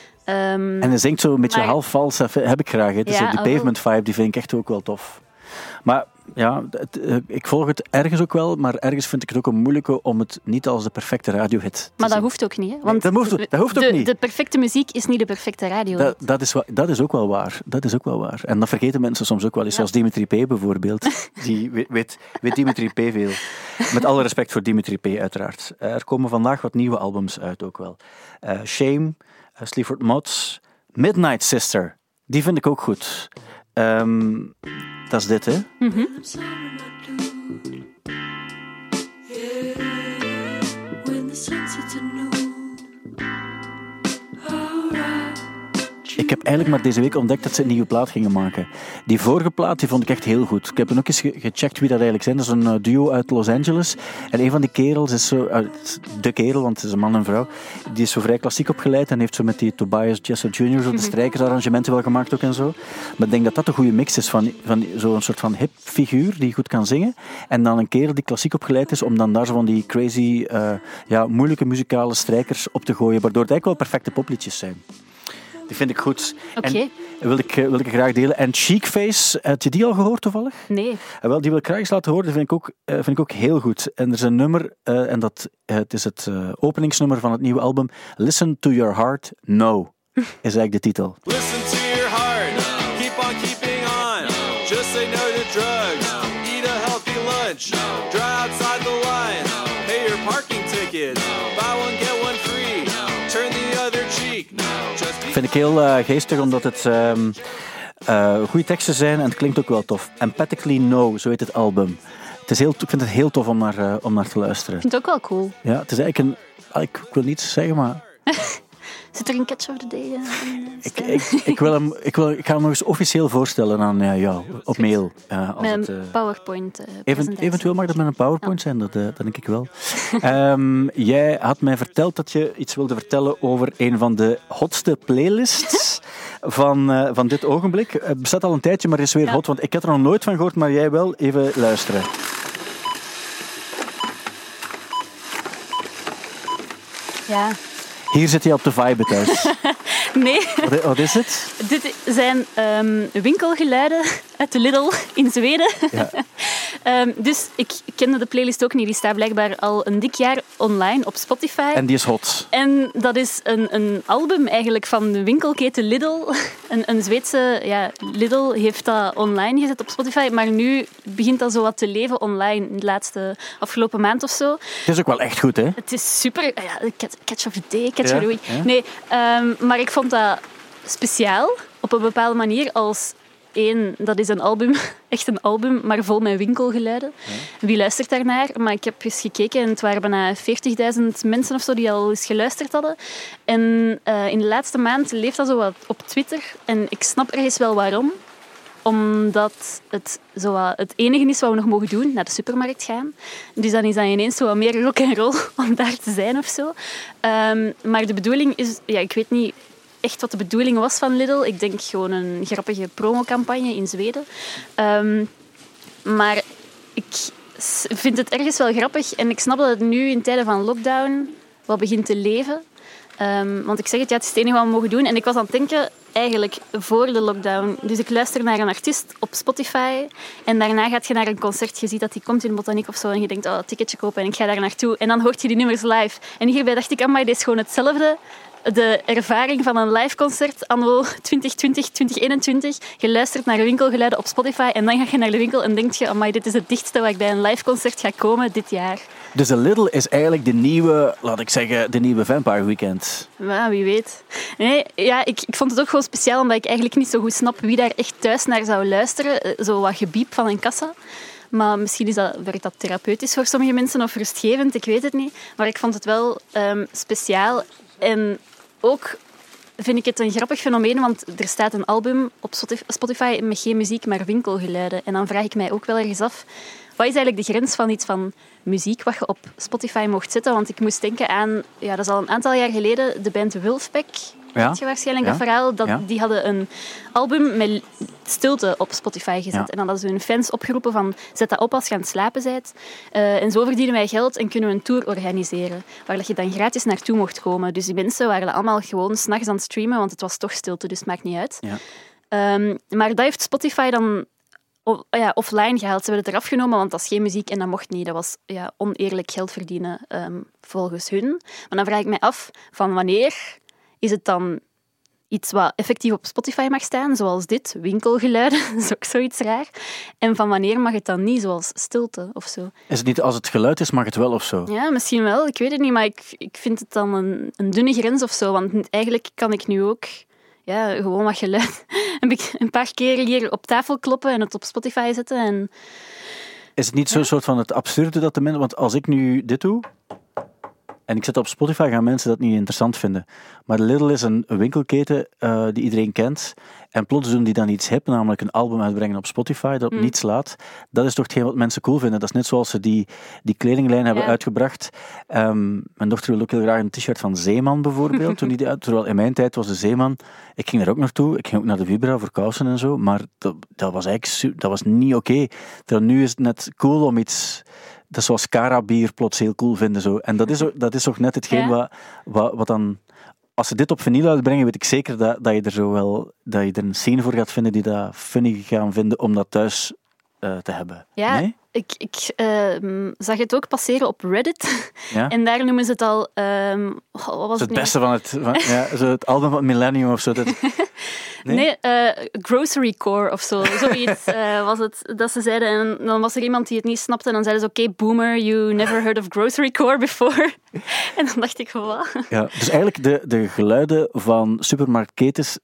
Speaker 2: En hij zingt zo een beetje half vals, heb ik graag. Dus die Pavement vibe, die vind ik echt ook wel tof. Maar ik volg het ergens ook wel, maar ergens vind ik het ook een moeilijke om het niet als de perfecte radiohit te zien.
Speaker 3: Maar dat hoeft ook niet, hè? Want
Speaker 2: dat hoeft ook niet.
Speaker 3: De perfecte muziek is niet de perfecte radiohit.
Speaker 2: Dat is ook wel waar. Dat is ook wel waar. En dat vergeten mensen soms ook wel eens, zoals Dimitri P. bijvoorbeeld. Die weet Dimitri P. veel. Met alle respect voor Dimitri P. uiteraard. Er komen vandaag wat nieuwe albums uit ook wel. Shame, Sleaford Mods, Midnight Sister. Die vind ik ook goed. Dat is dit, hè? Mm-hmm. Ik heb eigenlijk maar deze week ontdekt dat ze een nieuwe plaat gingen maken. Die vorige plaat die vond ik echt heel goed. Ik heb dan ook eens gecheckt wie dat eigenlijk zijn. Dat is een duo uit Los Angeles. En een van die kerels is zo... de kerel, want het is een man en vrouw. Die is zo vrij klassiek opgeleid en heeft zo met die Tobias Jessup Jr. zo de strijkersarrangementen wel gemaakt ook en zo. Maar ik denk dat dat een goede mix is van zo'n soort van hip figuur die goed kan zingen. En dan een kerel die klassiek opgeleid is om dan daar zo van die crazy, moeilijke muzikale strijkers op te gooien. Waardoor het eigenlijk wel perfecte popliedjes zijn. Die vind ik goed.
Speaker 3: Okay.
Speaker 2: En wil ik graag delen. En Cheekface, heb je die al gehoord toevallig?
Speaker 3: Nee.
Speaker 2: Wel, die wil ik graag eens laten horen. Die vind ik ook heel goed. En er is een nummer, het is het openingsnummer van het nieuwe album. Listen to Your Heart, No, is eigenlijk de titel.
Speaker 10: Listen to your heart, keep on keeping on. Just say no to drugs, eat a healthy lunch. Drive outside the line, pay your parking tickets. Buy one, get one free, turn the other cheek.
Speaker 2: Vind ik heel geestig, omdat het goede teksten zijn en het klinkt ook wel tof. Emphatically No, zo heet het album. Ik vind het heel tof om naar te luisteren.
Speaker 3: Ik vind het ook wel cool.
Speaker 2: Ja, het is eigenlijk ik wil niets zeggen, maar...
Speaker 3: Zit er een catch of the day in?
Speaker 2: Ik ga hem nog eens officieel voorstellen aan jou op mail.
Speaker 3: Met een PowerPoint
Speaker 2: eventueel mag dat met een PowerPoint zijn, dat denk ik wel. Jij had mij verteld dat je iets wilde vertellen over een van de hotste playlists van dit ogenblik. Het bestaat al een tijdje, maar is weer hot, want ik heb er nog nooit van gehoord, maar jij wel. Even luisteren.
Speaker 3: Ja.
Speaker 2: Hier zit je op de vibe thuis.
Speaker 3: Nee.
Speaker 2: Wat is het?
Speaker 3: Dit zijn winkelgeluiden uit de Lidl in Zweden. Ja. Dus ik kende de playlist ook niet. Die staat blijkbaar al een dik jaar online op Spotify.
Speaker 2: En die is hot.
Speaker 3: En dat is een album eigenlijk van de winkelketen Lidl. Een Zweedse Lidl heeft dat online gezet op Spotify. Maar nu begint dat zo wat te leven online de afgelopen maand of zo.
Speaker 2: Het is ook wel echt goed, hè?
Speaker 3: Het is super. Ja, Catch of the Day, Catch of the Week. Ja. Nee, maar ik vond dat speciaal op een bepaalde manier als... dat is een album, echt een album, maar vol met winkelgeluiden. Ja. Wie luistert daarnaar? Maar ik heb eens gekeken en het waren bijna 40.000 mensen of zo die al eens geluisterd hadden. En in de laatste maand leeft dat zo wat op Twitter. En ik snap ergens wel waarom. Omdat het het enige is wat we nog mogen doen, naar de supermarkt gaan. Dus dan is dat ineens zo wat meer rock and roll om daar te zijn of zo. Maar de bedoeling is... Ja, ik weet niet... echt wat de bedoeling was van Lidl. Ik denk gewoon een grappige promocampagne in Zweden. Maar ik vind het ergens wel grappig. En ik snap dat het nu in tijden van lockdown wat begint te leven. Want ik zeg het, het is het enige wat we mogen doen. En ik was aan het denken, eigenlijk voor de lockdown. Dus ik luister naar een artiest op Spotify. En daarna gaat je naar een concert. Je ziet dat die komt in Botaniek of zo. En je denkt, een ticketje kopen en ik ga daar naartoe. En dan hoort je die nummers live. En hierbij dacht ik, amai, dit is gewoon hetzelfde. De ervaring van een liveconcert anno 2020, 2021. Je luistert naar winkelgeluiden op Spotify en dan ga je naar de winkel en denk je, amai, dit is het dichtste waar ik bij een liveconcert ga komen dit jaar.
Speaker 2: Dus de Lidl is eigenlijk de nieuwe, laat ik zeggen, de nieuwe Vampire Weekend.
Speaker 3: Ja, wie weet. Nee, ja, ik vond het ook gewoon speciaal omdat ik eigenlijk niet zo goed snap wie daar echt thuis naar zou luisteren. Zo wat gebiep van een kassa. Maar misschien werkt dat therapeutisch voor sommige mensen of rustgevend, ik weet het niet. Maar ik vond het wel speciaal. En ook vind ik het een grappig fenomeen, want er staat een album op Spotify met geen muziek, maar winkelgeluiden. En dan vraag ik mij ook wel ergens af, wat is eigenlijk de grens van iets van muziek wat je op Spotify mocht zetten? Want ik moest denken aan, dat is al een aantal jaar geleden, de band Wolfpack. Weet je waarschijnlijk dat verhaal? Die hadden een album met stilte op Spotify gezet. Ja. En dan hadden ze hun fans opgeroepen van zet dat op als je aan het slapen bent. En zo verdienen wij geld en kunnen we een tour organiseren. Waar je dan gratis naartoe mocht komen. Dus die mensen waren allemaal gewoon 's nachts aan het streamen, want het was toch stilte, dus het maakt niet uit. Ja. Maar dat heeft Spotify dan offline gehaald. Ze hebben het eraf genomen, want dat is geen muziek en dat mocht niet. Dat was oneerlijk geld verdienen volgens hun. Maar dan vraag ik mij af, van wanneer is het dan iets wat effectief op Spotify mag staan, zoals dit, winkelgeluiden, dat is ook zoiets raar. En van wanneer mag het dan niet, zoals stilte of zo?
Speaker 2: Is het niet als het geluid is, mag het wel of zo?
Speaker 3: Ja, misschien wel, ik weet het niet, maar ik vind het dan een dunne grens of zo, want eigenlijk kan ik nu ook gewoon wat geluid een paar keer hier op tafel kloppen en het op Spotify zetten. En...
Speaker 2: Is het niet zo'n soort van het absurde dat de mensen... Want als ik nu dit doe... En ik zet op Spotify, gaan mensen dat niet interessant vinden. Maar Lidl is een winkelketen die iedereen kent. En plots doen die dan iets hip, namelijk een album uitbrengen op Spotify dat op niets slaat. Dat is toch hetgeen wat mensen cool vinden. Dat is net zoals ze die kledinglijn hebben uitgebracht. Mijn dochter wil ook heel graag een t-shirt van Zeeman bijvoorbeeld. Terwijl in mijn tijd was de Zeeman... Ik ging daar ook naartoe. Ik ging ook naar de Vibra voor kousen en zo. Maar dat was eigenlijk dat was niet oké. Terwijl nu is het net cool om iets... Dat is zoals Cara-bier plots heel cool vinden. Zo. En dat is ook net hetgeen wat dan... Als ze dit op vinyl uitbrengen, weet ik zeker dat je er een scene voor gaat vinden die dat funny gaan vinden om dat thuis te hebben.
Speaker 3: Ja,
Speaker 2: nee?
Speaker 3: Ik zag het ook passeren op Reddit. Ja? En daar noemen ze het al... wat was
Speaker 2: het beste van het album van het Millennium of zo.
Speaker 3: Nee, Grocery Core of zo. Zoiets was het dat ze zeiden. En dan was er iemand die het niet snapte. En dan zeiden ze, oké, boomer, you never heard of Grocery Core before. En dan dacht ik, wat?
Speaker 2: Ja, dus eigenlijk de geluiden van supermarktketens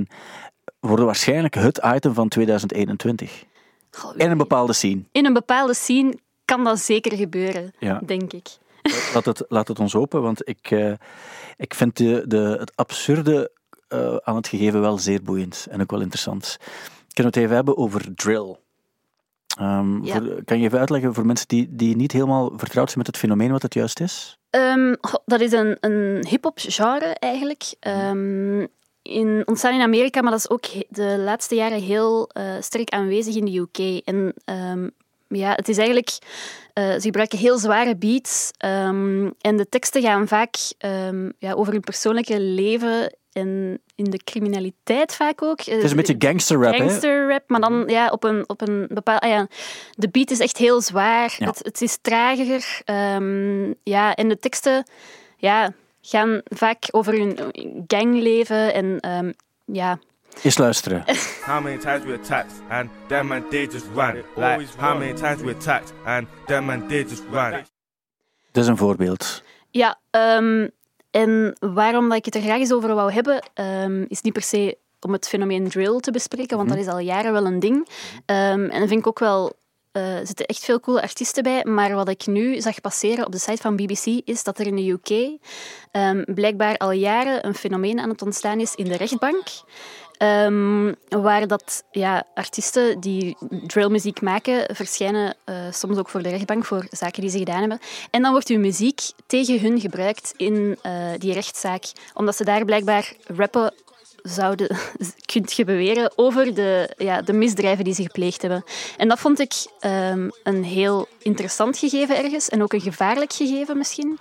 Speaker 2: worden waarschijnlijk het item van 2021. In een bepaalde scene.
Speaker 3: In een bepaalde scene kan dat zeker gebeuren, denk ik.
Speaker 2: laat het ons open, want ik vind het absurde aan het gegeven wel zeer boeiend en ook wel interessant. Kunnen we het even hebben over drill? Kan je even uitleggen voor mensen die niet helemaal vertrouwd zijn met het fenomeen wat het juist is?
Speaker 3: Dat is een hip-hop genre eigenlijk. Ontstaan in Amerika, maar dat is ook de laatste jaren heel sterk aanwezig in de UK. En het is eigenlijk... ze gebruiken heel zware beats en de teksten gaan vaak over hun persoonlijke leven en in de criminaliteit vaak ook. Het
Speaker 2: is een beetje gangsterrap, hè?
Speaker 3: Gangsterrap, maar dan op een bepaald... de beat is echt heel zwaar. Ja. Het is trager. En de teksten gaan vaak over hun gangleven en
Speaker 2: Eens luisteren.
Speaker 11: How many times we attacked and that man they just run. Like how many times we attacked and that man they just run.
Speaker 2: Dat is een voorbeeld.
Speaker 3: Ja, en waarom dat ik het er graag eens over wou hebben, is niet per se om het fenomeen drill te bespreken, want dat is al jaren wel een ding. En dan vind ik ook wel... Er zitten echt veel coole artiesten bij, maar wat ik nu zag passeren op de site van BBC is dat er in de UK blijkbaar al jaren een fenomeen aan het ontstaan is in de rechtbank. Waar dat artiesten die drillmuziek maken verschijnen soms ook voor de rechtbank voor zaken die ze gedaan hebben. En dan wordt hun muziek tegen hun gebruikt in die rechtszaak, omdat ze daar blijkbaar rappen kunt je beweren over de misdrijven die ze gepleegd hebben. En dat vond ik een heel interessant gegeven ergens en ook een gevaarlijk gegeven misschien.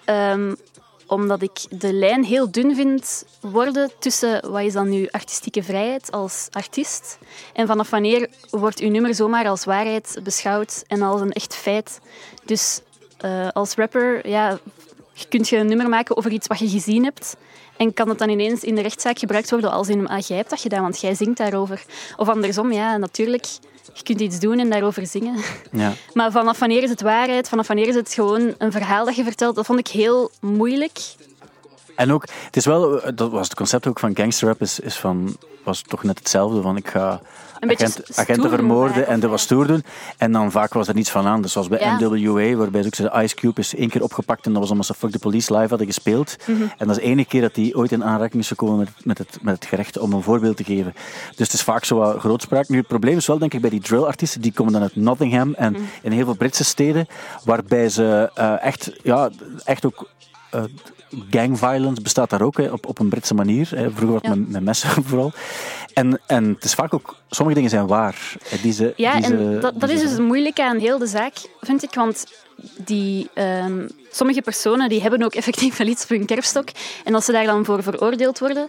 Speaker 3: Omdat ik de lijn heel dun vind worden tussen wat is dan nu artistieke vrijheid als artiest en vanaf wanneer wordt uw nummer zomaar als waarheid beschouwd en als een echt feit. Dus als rapper kun je een nummer maken over iets wat je gezien hebt en kan het dan ineens in de rechtszaak gebruikt worden als in jij hebt dat gedaan, want jij zingt daarover. Of andersom, natuurlijk, je kunt iets doen en daarover zingen. Ja. Maar vanaf wanneer is het waarheid? Vanaf wanneer is het gewoon een verhaal dat je vertelt? Dat vond ik heel moeilijk.
Speaker 2: En ook, het is wel, dat was het concept ook van gangsterrap, was toch net hetzelfde, van ik ga agenten vermoorden en dat was stoer doen. En dan vaak was er niets van aan. Dus zoals bij NWA, waarbij ook de Ice Cube is 1 keer opgepakt en dat was omdat ze Fuck the Police live hadden gespeeld. Mm-hmm. En dat is de enige keer dat hij ooit in aanraking is gekomen met het gerecht om een voorbeeld te geven. Dus het is vaak zo wat grootspraak. Nu, het probleem is wel, denk ik, bij die drill-artiesten, die komen dan uit Nottingham en in heel veel Britse steden, waarbij ze echt ook... gang violence bestaat daar ook op een Britse manier. Vroeger wat met messen vooral. En het is vaak ook... Sommige dingen zijn waar.
Speaker 3: Dat is dus het moeilijke aan heel de zaak, vind ik. Want sommige personen die hebben ook effectief wel iets op hun kerfstok. En als ze daar dan voor veroordeeld worden,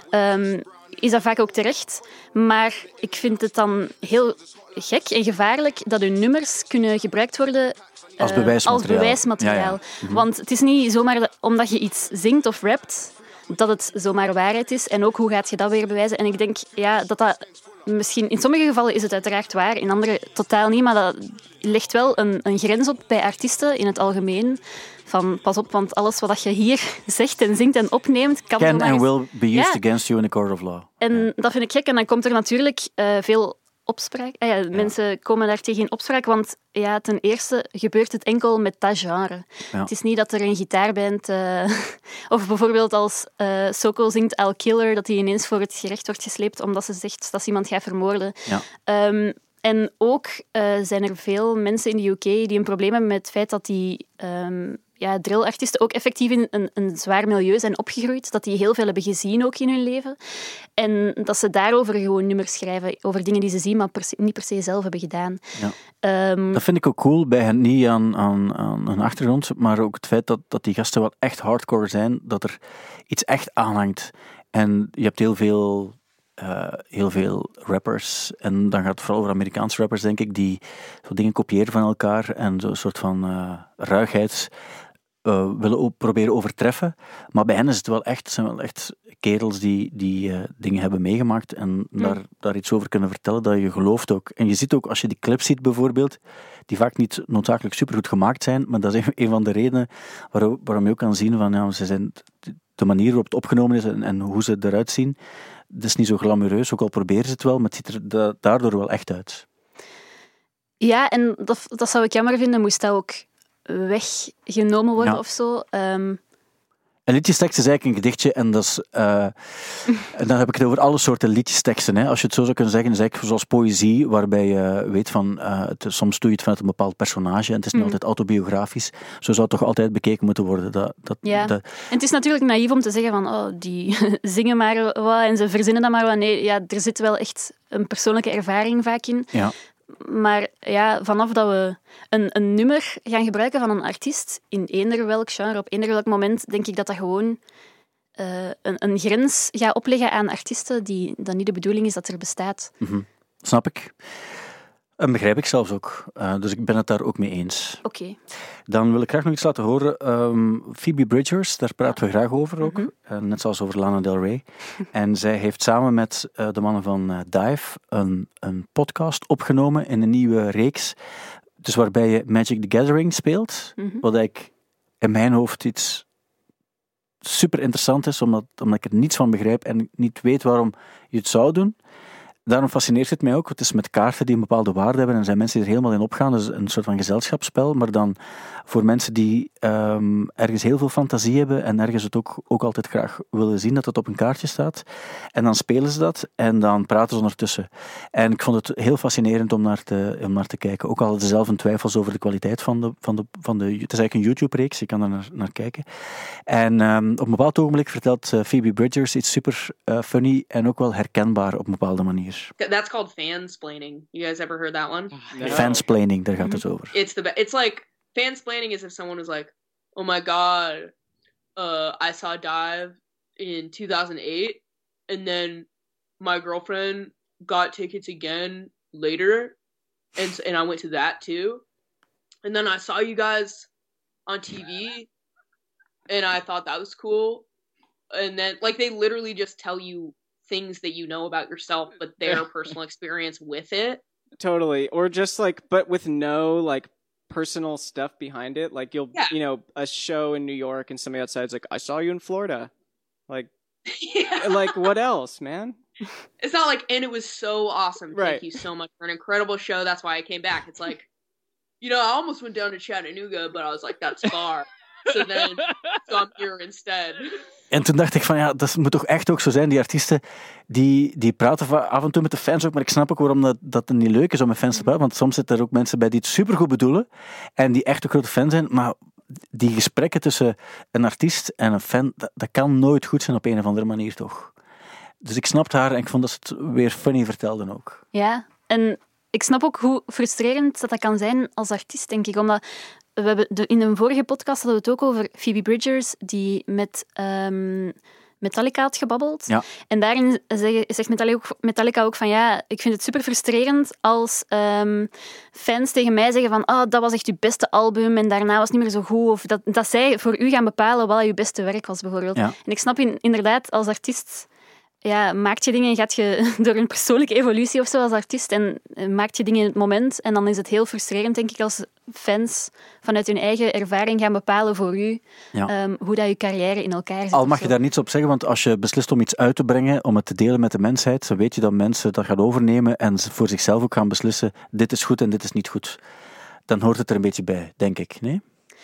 Speaker 3: is dat vaak ook terecht. Maar ik vind het dan heel gek en gevaarlijk dat hun nummers kunnen gebruikt worden...
Speaker 2: Als bewijsmateriaal.
Speaker 3: Ja. Want het is niet zomaar omdat je iets zingt of rapt, dat het zomaar waarheid is. En ook, hoe gaat je dat weer bewijzen? En ik denk dat misschien... In sommige gevallen is het uiteraard waar, in andere totaal niet. Maar dat legt wel een grens op bij artiesten in het algemeen. Van, pas op, want alles wat je hier zegt en zingt en opneemt...
Speaker 2: Can and will be used against you in a court of law.
Speaker 3: En dat vind ik gek. En dan komt er natuurlijk veel... opspraak. Mensen komen daar tegen in opspraak, want ten eerste gebeurt het enkel met dat genre. Ja. Het is niet dat er een gitaarband of bijvoorbeeld als Soko zingt I'll Kill Her, dat hij ineens voor het gerecht wordt gesleept omdat ze zegt dat ze iemand gaat vermoorden. Ja. En ook zijn er veel mensen in de UK die een probleem hebben met het feit dat die drillartiesten ook effectief in een zwaar milieu zijn opgegroeid, dat die heel veel hebben gezien ook in hun leven. En dat ze daarover gewoon nummers schrijven, over dingen die ze zien, maar niet per se zelf hebben gedaan. Ja.
Speaker 2: Dat vind ik ook cool bij hen, niet aan hun achtergrond, maar ook het feit dat die gasten wel echt hardcore zijn, dat er iets echt aanhangt. En je hebt heel veel rappers, en dan gaat het vooral over Amerikaanse rappers, denk ik, die zo dingen kopiëren van elkaar en zo'n soort van ruigheid willen ook proberen overtreffen. Maar bij hen is het wel echt, zijn wel echt kerels die dingen hebben meegemaakt en daar iets over kunnen vertellen dat je gelooft ook. En je ziet ook, als je die clips ziet bijvoorbeeld, die vaak niet noodzakelijk supergoed gemaakt zijn, maar dat is een van de redenen waarom je ook kan zien van, ze zijn de manier waarop het opgenomen is en hoe ze eruit zien. Het is niet zo glamoureus, ook al proberen ze het wel, maar het ziet er daardoor wel echt uit.
Speaker 3: Ja, en dat zou ik jammer vinden, moest dat ook weggenomen worden of zo.
Speaker 2: Een liedjestekst is eigenlijk een gedichtje en dat is, en dan heb ik het over alle soorten liedjesteksten. Hè. Als je het zo zou kunnen zeggen, is eigenlijk zoals poëzie, waarbij je weet van, soms doe je het vanuit een bepaald personage en het is niet altijd autobiografisch. Zo zou het toch altijd bekeken moeten worden.
Speaker 3: En het is natuurlijk naïef om te zeggen van, die zingen maar wat en ze verzinnen dat maar wat. Nee, er zit wel echt een persoonlijke ervaring vaak in. Ja. Maar ja, vanaf dat we een nummer gaan gebruiken van een artiest in eender welk genre, op eender welk moment, denk ik dat gewoon een grens gaat opleggen aan artiesten die dat niet de bedoeling is dat er bestaat.
Speaker 2: Mm-hmm. Snap ik. En begrijp ik zelfs ook. Dus ik ben het daar ook mee eens.
Speaker 3: Oké.
Speaker 2: Dan wil ik graag nog iets laten horen. Phoebe Bridgers, daar praten we graag over ook. Net zoals over Lana Del Rey. En zij heeft samen met de mannen van Dive een podcast opgenomen in een nieuwe reeks. Dus waarbij je Magic the Gathering speelt. Mm-hmm. Wat eigenlijk in mijn hoofd iets super interessant is, omdat ik er niets van begrijp en niet weet waarom je het zou doen. Daarom fascineert het mij ook. Het is met kaarten die een bepaalde waarde hebben en er zijn mensen die er helemaal in opgaan. Dus een soort van gezelschapsspel, maar dan voor mensen die ergens heel veel fantasie hebben en ergens het ook altijd graag willen zien dat het op een kaartje staat. En dan spelen ze dat en dan praten ze ondertussen. En ik vond het heel fascinerend om naar te kijken. Ook al hadden ze zelf een twijfels over de kwaliteit van de... Het is eigenlijk een YouTube-reeks, je kan daar naar kijken. En op een bepaald ogenblik vertelt Phoebe Bridgers iets super funny en ook wel herkenbaar op een bepaalde manier.
Speaker 12: That's called fansplaining. You guys ever heard that one?
Speaker 2: No. Fansplaining, daar gaat het over.
Speaker 12: It's like fansplaining is if someone was like, "Oh my god, I saw Dive in 2008, and then my girlfriend got tickets again later, and I went to that too, and then I saw you guys on TV, and I thought that was cool, and then like they literally just tell you things that you know about yourself, but their personal experience with it.
Speaker 13: Totally. Or just like, but with no like personal stuff behind it. Like you know, a show in New York and somebody outside's like, I saw you in Florida. Like, like what else, man?
Speaker 12: It's not like, and it was so awesome. Thank you so much for an incredible show. That's why I came back. It's like, you know, I almost went down to Chattanooga, but I was like, that's far. So I'm here instead.
Speaker 2: En toen dacht ik van, ja, dat moet toch echt ook zo zijn. Die artiesten, die praten af en toe met de fans ook, maar ik snap ook waarom dat niet leuk is om met fans te praten, want soms zitten er ook mensen bij die het supergoed bedoelen en die echt een grote fan zijn, maar die gesprekken tussen een artiest en een fan, dat kan nooit goed zijn op een of andere manier, toch? Dus ik snapte haar en ik vond dat ze het weer funny vertelden ook.
Speaker 3: Ja, en ik snap ook hoe frustrerend dat kan zijn als artiest, denk ik, omdat we hebben in een vorige podcast hadden we het ook over Phoebe Bridgers, die met Metallica had gebabbeld. Ja. En daarin zegt Metallica ook van, ja, ik vind het super frustrerend als fans tegen mij zeggen van, dat was echt je beste album en daarna was het niet meer zo goed. Of dat zij voor u gaan bepalen wat je beste werk was, bijvoorbeeld. Ja. En ik snap inderdaad, als artiest... Ja, maak je dingen en gaat je door een persoonlijke evolutie of zo als artiest en maak je dingen in het moment. En dan is het heel frustrerend, denk ik, als fans vanuit hun eigen ervaring gaan bepalen voor u hoe dat je carrière in elkaar zit.
Speaker 2: Al mag je daar niets op zeggen, want als je beslist om iets uit te brengen, om het te delen met de mensheid, dan weet je dat mensen dat gaan overnemen en voor zichzelf ook gaan beslissen, dit is goed en dit is niet goed. Dan hoort het er een beetje bij, denk ik, nee?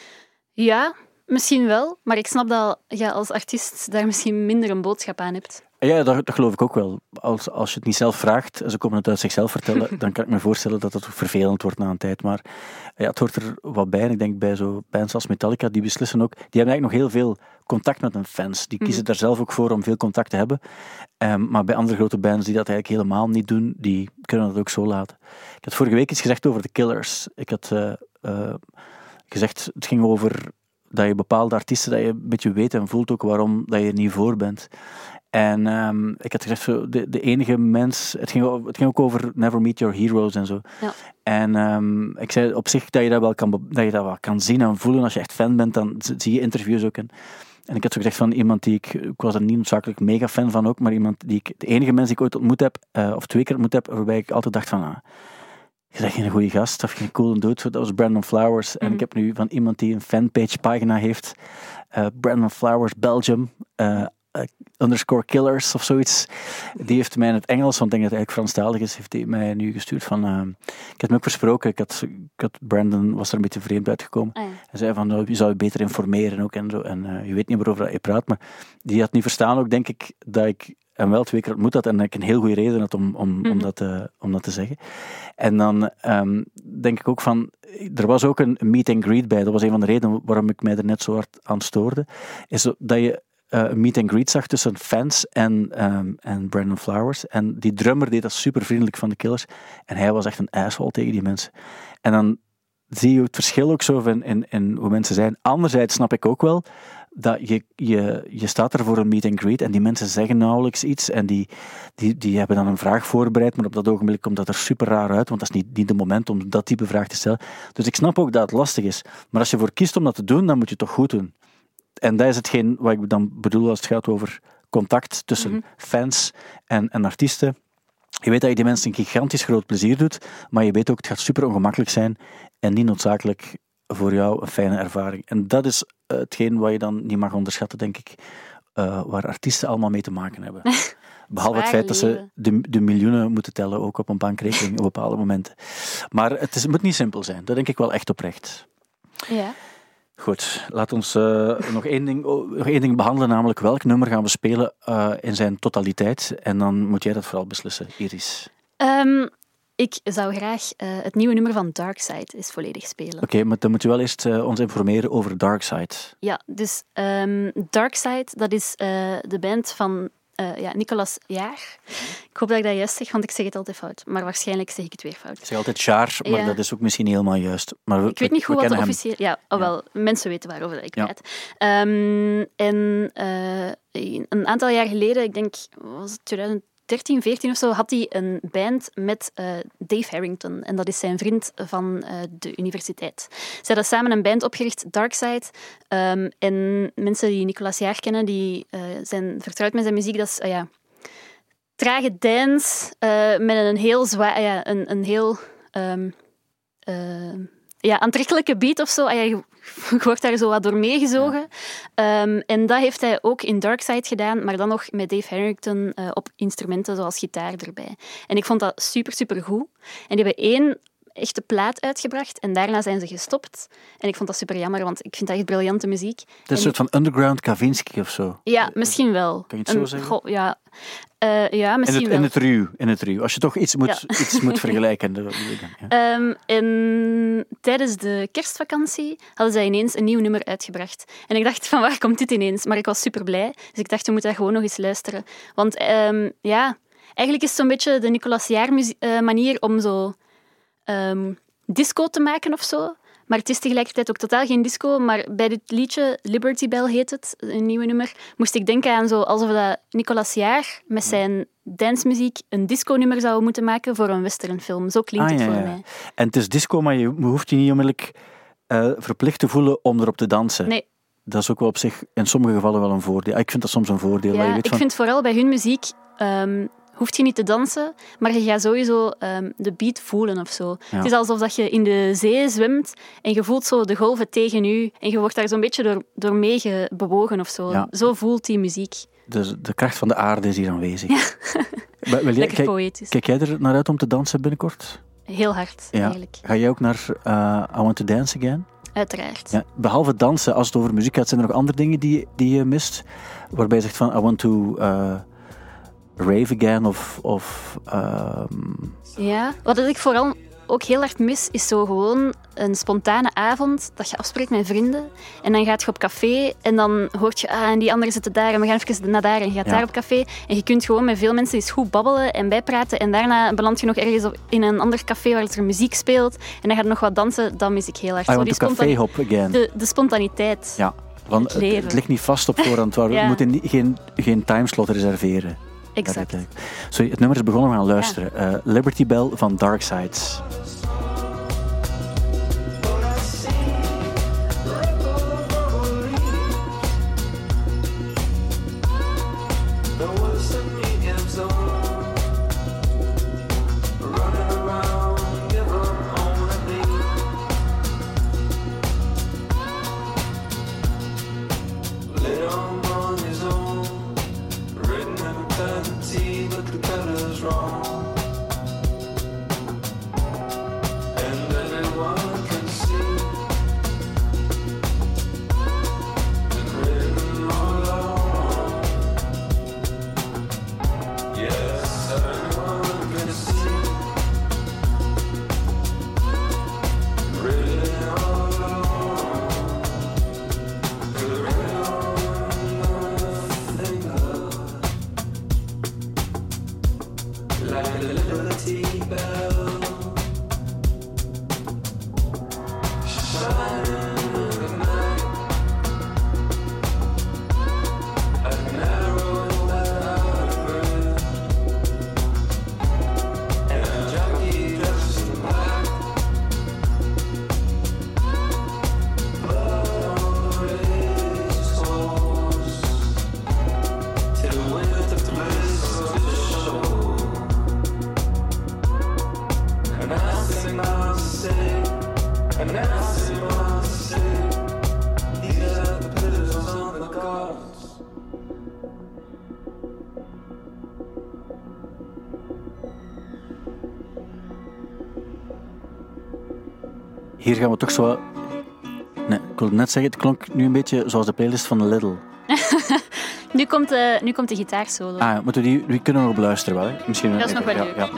Speaker 3: Ja, misschien wel, maar ik snap dat je als artiest daar misschien minder een boodschap aan hebt.
Speaker 2: Ja, dat geloof ik ook wel. Als je het niet zelf vraagt, en ze komen het uit zichzelf vertellen, dan kan ik me voorstellen dat het vervelend wordt na een tijd. Maar ja, het hoort er wat bij. En ik denk bij zo bands als Metallica, die beslissen ook, die hebben eigenlijk nog heel veel contact met hun fans. Die kiezen daar zelf ook voor om veel contact te hebben. Maar bij andere grote bands die dat eigenlijk helemaal niet doen, die kunnen dat ook zo laten. Ik had vorige week iets gezegd over de Killers. Ik had gezegd, het ging over dat je bepaalde artiesten, dat je een beetje weet en voelt ook waarom dat je er niet voor bent. En ik had gezegd, de enige mens... Het ging ook over Never Meet Your Heroes en zo. Ja. En ik zei op zich dat je dat wel kan zien en voelen. Als je echt fan bent, dan zie je interviews ook. En ik had zo gezegd van iemand die ik was er niet noodzakelijk mega fan van ook, maar iemand die de enige mens die ik ooit ontmoet heb, of 2 keer ontmoet heb, waarbij ik altijd dacht van... je bent geen goede gast, of geen coole dude. Dat was Brandon Flowers. En ik heb nu van iemand die een fanpage-pagina heeft. Brandon Flowers, Belgium... _killers of zoiets. Die heeft mij in het Engels, want ik denk dat het eigenlijk Franstalig is, heeft hij mij nu gestuurd van... ik had me ook versproken. Brandon was er een beetje vreemd uitgekomen. Hij zei van, je zou je beter informeren ook en zo. En je weet niet meer over dat je praat, maar die had niet verstaan ook, denk ik, dat ik hem wel 2 keer ontmoet had en dat ik een heel goede reden had om dat te zeggen. En dan denk ik ook van... Er was ook een meet and greet bij. Dat was een van de redenen waarom ik mij er net zo hard aan stoorde. Is dat je een meet and greet zag tussen fans en Brandon Flowers. En die drummer deed dat super vriendelijk van de Killers. En hij was echt een asshole tegen die mensen. En dan zie je het verschil ook zo in hoe mensen zijn. Anderzijds snap ik ook wel dat je staat er voor een meet and greet en die mensen zeggen nauwelijks iets en die hebben dan een vraag voorbereid, maar op dat ogenblik komt dat er super raar uit, want dat is niet de moment om dat type vraag te stellen. Dus ik snap ook dat het lastig is. Maar als je voor kiest om dat te doen, dan moet je het toch goed doen. En dat is hetgeen wat ik dan bedoel als het gaat over contact tussen fans en artiesten. Je weet dat je die mensen een gigantisch groot plezier doet, maar je weet ook, het gaat super ongemakkelijk zijn en niet noodzakelijk voor jou een fijne ervaring. En dat is hetgeen wat je dan niet mag onderschatten, denk ik, waar artiesten allemaal mee te maken hebben. Behalve het feit dat ze de miljoenen moeten tellen, ook op een bankrekening op bepaalde momenten. Maar het moet niet simpel zijn, dat denk ik wel echt oprecht.
Speaker 3: Ja.
Speaker 2: Goed, laat ons nog één ding behandelen, namelijk welk nummer gaan we spelen in zijn totaliteit. En dan moet jij dat vooral beslissen, Iris.
Speaker 3: Ik zou graag het nieuwe nummer van Darkside eens volledig spelen. Oké,
Speaker 2: maar dan moet je wel eerst ons informeren over Darkside.
Speaker 3: Ja, dus Darkside, dat is de band van Nicolas Jaar. Ik hoop dat ik dat juist zeg, want ik zeg het altijd fout. Maar waarschijnlijk zeg ik het weer fout.
Speaker 2: Ik zeg altijd Jaar, maar dat is ook misschien niet helemaal juist. Maar
Speaker 3: ik weet niet goed wat de officiële... Ja, wel, mensen weten waarover ik praat. Een aantal jaar geleden, ik denk, was het 2013, 14 of zo, had hij een band met Dave Harrington. En dat is zijn vriend van de universiteit. Ze hadden samen een band opgericht, Darkside. En mensen die Nicolas Jaar kennen, die zijn vertrouwd met zijn muziek. Dat is trage dance met een heel zwaar... een heel... aantrekkelijke beat of zo. Je wordt daar zo wat door meegezogen. En dat heeft hij ook in Darkside gedaan, maar dan nog met Dave Harrington op instrumenten zoals gitaar erbij. En ik vond dat super, super goed. En die hebben 1 echte plaat uitgebracht en daarna zijn ze gestopt. En ik vond dat super jammer, want ik vind dat echt briljante muziek.
Speaker 2: Dat is een soort van underground Kavinsky of zo.
Speaker 3: Ja, misschien wel.
Speaker 2: Kan je het zo zeggen?
Speaker 3: Misschien wel.
Speaker 2: In het ruw. Als je toch iets moet vergelijken.
Speaker 3: En tijdens de kerstvakantie hadden zij ineens een nieuw nummer uitgebracht. En ik dacht, van waar komt dit ineens? Maar ik was super blij. Dus ik dacht, we moeten dat gewoon nog eens luisteren. Want eigenlijk is het zo'n beetje de Nicolas Jaar manier om zo disco te maken of zo. Maar het is tegelijkertijd ook totaal geen disco. Maar bij dit liedje, Liberty Bell heet het, een nieuwe nummer, moest ik denken aan zo alsof dat Nicolas Jaar met zijn dancemuziek een disco-nummer zou moeten maken voor een westernfilm. Zo klinkt het voor mij.
Speaker 2: En het is disco, maar je hoeft je niet onmiddellijk verplicht te voelen om erop te dansen. Nee. Dat is ook wel op zich in sommige gevallen wel een voordeel. Ik vind dat soms een voordeel.
Speaker 3: Ja, ik vind vooral bij hun muziek... hoeft je niet te dansen, maar je gaat sowieso de beat voelen of zo. Ja. Het is alsof dat je in de zee zwemt en je voelt zo de golven tegen je en je wordt daar zo'n beetje door mee bewogen of zo. Ja. Zo voelt die muziek.
Speaker 2: Dus de kracht van de aarde is hier aanwezig.
Speaker 3: Ja. Lekker poëtisch.
Speaker 2: Kijk jij er naar uit om te dansen binnenkort?
Speaker 3: Heel hard, eigenlijk.
Speaker 2: Ga jij ook naar I Want To Dance Again?
Speaker 3: Uiteraard.
Speaker 2: Ja, behalve dansen, als het over muziek gaat, zijn er nog andere dingen die je mist? Waarbij je zegt van, I want to... rave again of
Speaker 3: Ja, wat ik vooral ook heel hard mis, is zo gewoon een spontane avond dat je afspreekt met vrienden en dan gaat je op café en dan hoort je, en die anderen zitten daar en we gaan even naar daar en je gaat daar op café en je kunt gewoon met veel mensen eens goed babbelen en bijpraten en daarna beland je nog ergens in een ander café waar er muziek speelt en dan gaat er nog wat dansen, dat mis ik heel erg.
Speaker 2: I want to café hop again.
Speaker 3: De spontaniteit.
Speaker 2: Ja, want het ligt niet vast op voorhand, we moeten geen timeslot reserveren.
Speaker 3: Exact.
Speaker 2: Sorry, het nummer is begonnen, we gaan luisteren. Liberty Bell van Darkside. Hier gaan we toch zo... Nee, ik wilde net zeggen, het klonk nu een beetje zoals de playlist van Lidl.
Speaker 3: Nu komt de gitaarsolo.
Speaker 2: Moeten we die kunnen we nog beluisteren wel, hè? Misschien,
Speaker 3: dat is nog wel leuk.
Speaker 2: Ja.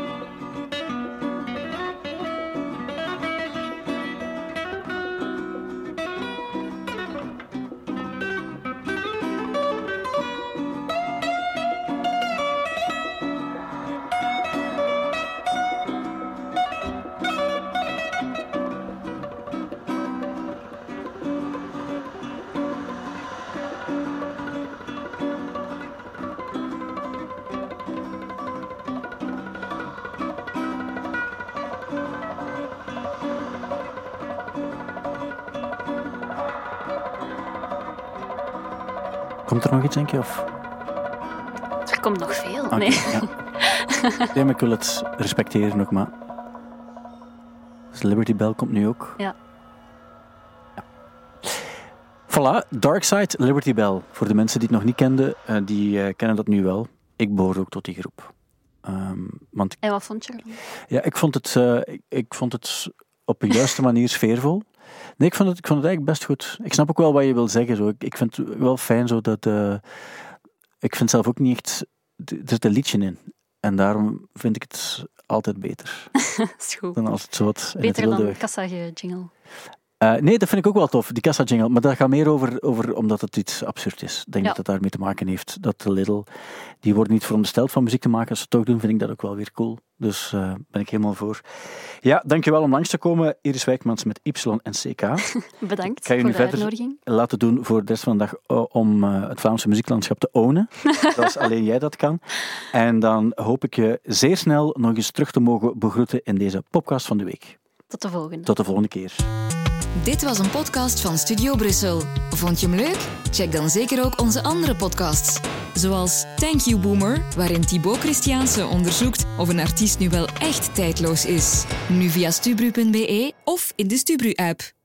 Speaker 2: Komt er nog iets, denk je? Of?
Speaker 3: Er komt nog veel.
Speaker 2: Okay,
Speaker 3: nee.
Speaker 2: Ja. Nee, maar ik wil het respecteren nog, maar... Dus Liberty Bell komt nu ook.
Speaker 3: Ja.
Speaker 2: Voilà, Darkside, Liberty Bell. Voor de mensen die het nog niet kenden, die kennen dat nu wel. Ik behoor ook tot die groep. Want...
Speaker 3: En wat vond je ervan?
Speaker 2: Ja, ik vond het op een juiste manier sfeervol. Nee, ik vond het eigenlijk best goed. Ik snap ook wel wat je wil zeggen. Zo. Ik vind het wel fijn zo dat... ik vind zelf ook niet echt... Er zit een liedje in. En daarom vind ik het altijd beter.
Speaker 3: Is goed.
Speaker 2: Dan als het zo wat...
Speaker 3: Beter dan de Kassa-jingle.
Speaker 2: Nee, dat vind ik ook wel tof, die Kassa-jingle. Maar dat gaat meer over omdat het iets absurd is. Ik denk dat het daarmee te maken heeft. Dat de Lidl... Die worden niet verondersteld van muziek te maken. Als ze het toch doen, vind ik dat ook wel weer cool. Dus ben ik helemaal voor. Ja, dankjewel om langs te komen. Iris Wijkmans met Y en CK.
Speaker 3: Bedankt
Speaker 2: Ik ga je
Speaker 3: voor
Speaker 2: nu
Speaker 3: de
Speaker 2: verder
Speaker 3: uitnodiging.
Speaker 2: laten doen voor de rest van de dag om het Vlaamse muzieklandschap te ownen. Zoals alleen jij dat kan. En dan hoop ik je zeer snel nog eens terug te mogen begroeten in deze podcast van de week.
Speaker 3: Tot de volgende.
Speaker 2: Tot de volgende keer.
Speaker 1: Dit was een podcast van Studio Brussel. Vond je hem leuk? Check dan zeker ook onze andere podcasts. Zoals Thank You Boomer, waarin Thibaut Christiaanse onderzoekt of een artiest nu wel echt tijdloos is. Nu via stubru.be of in de Stubru-app.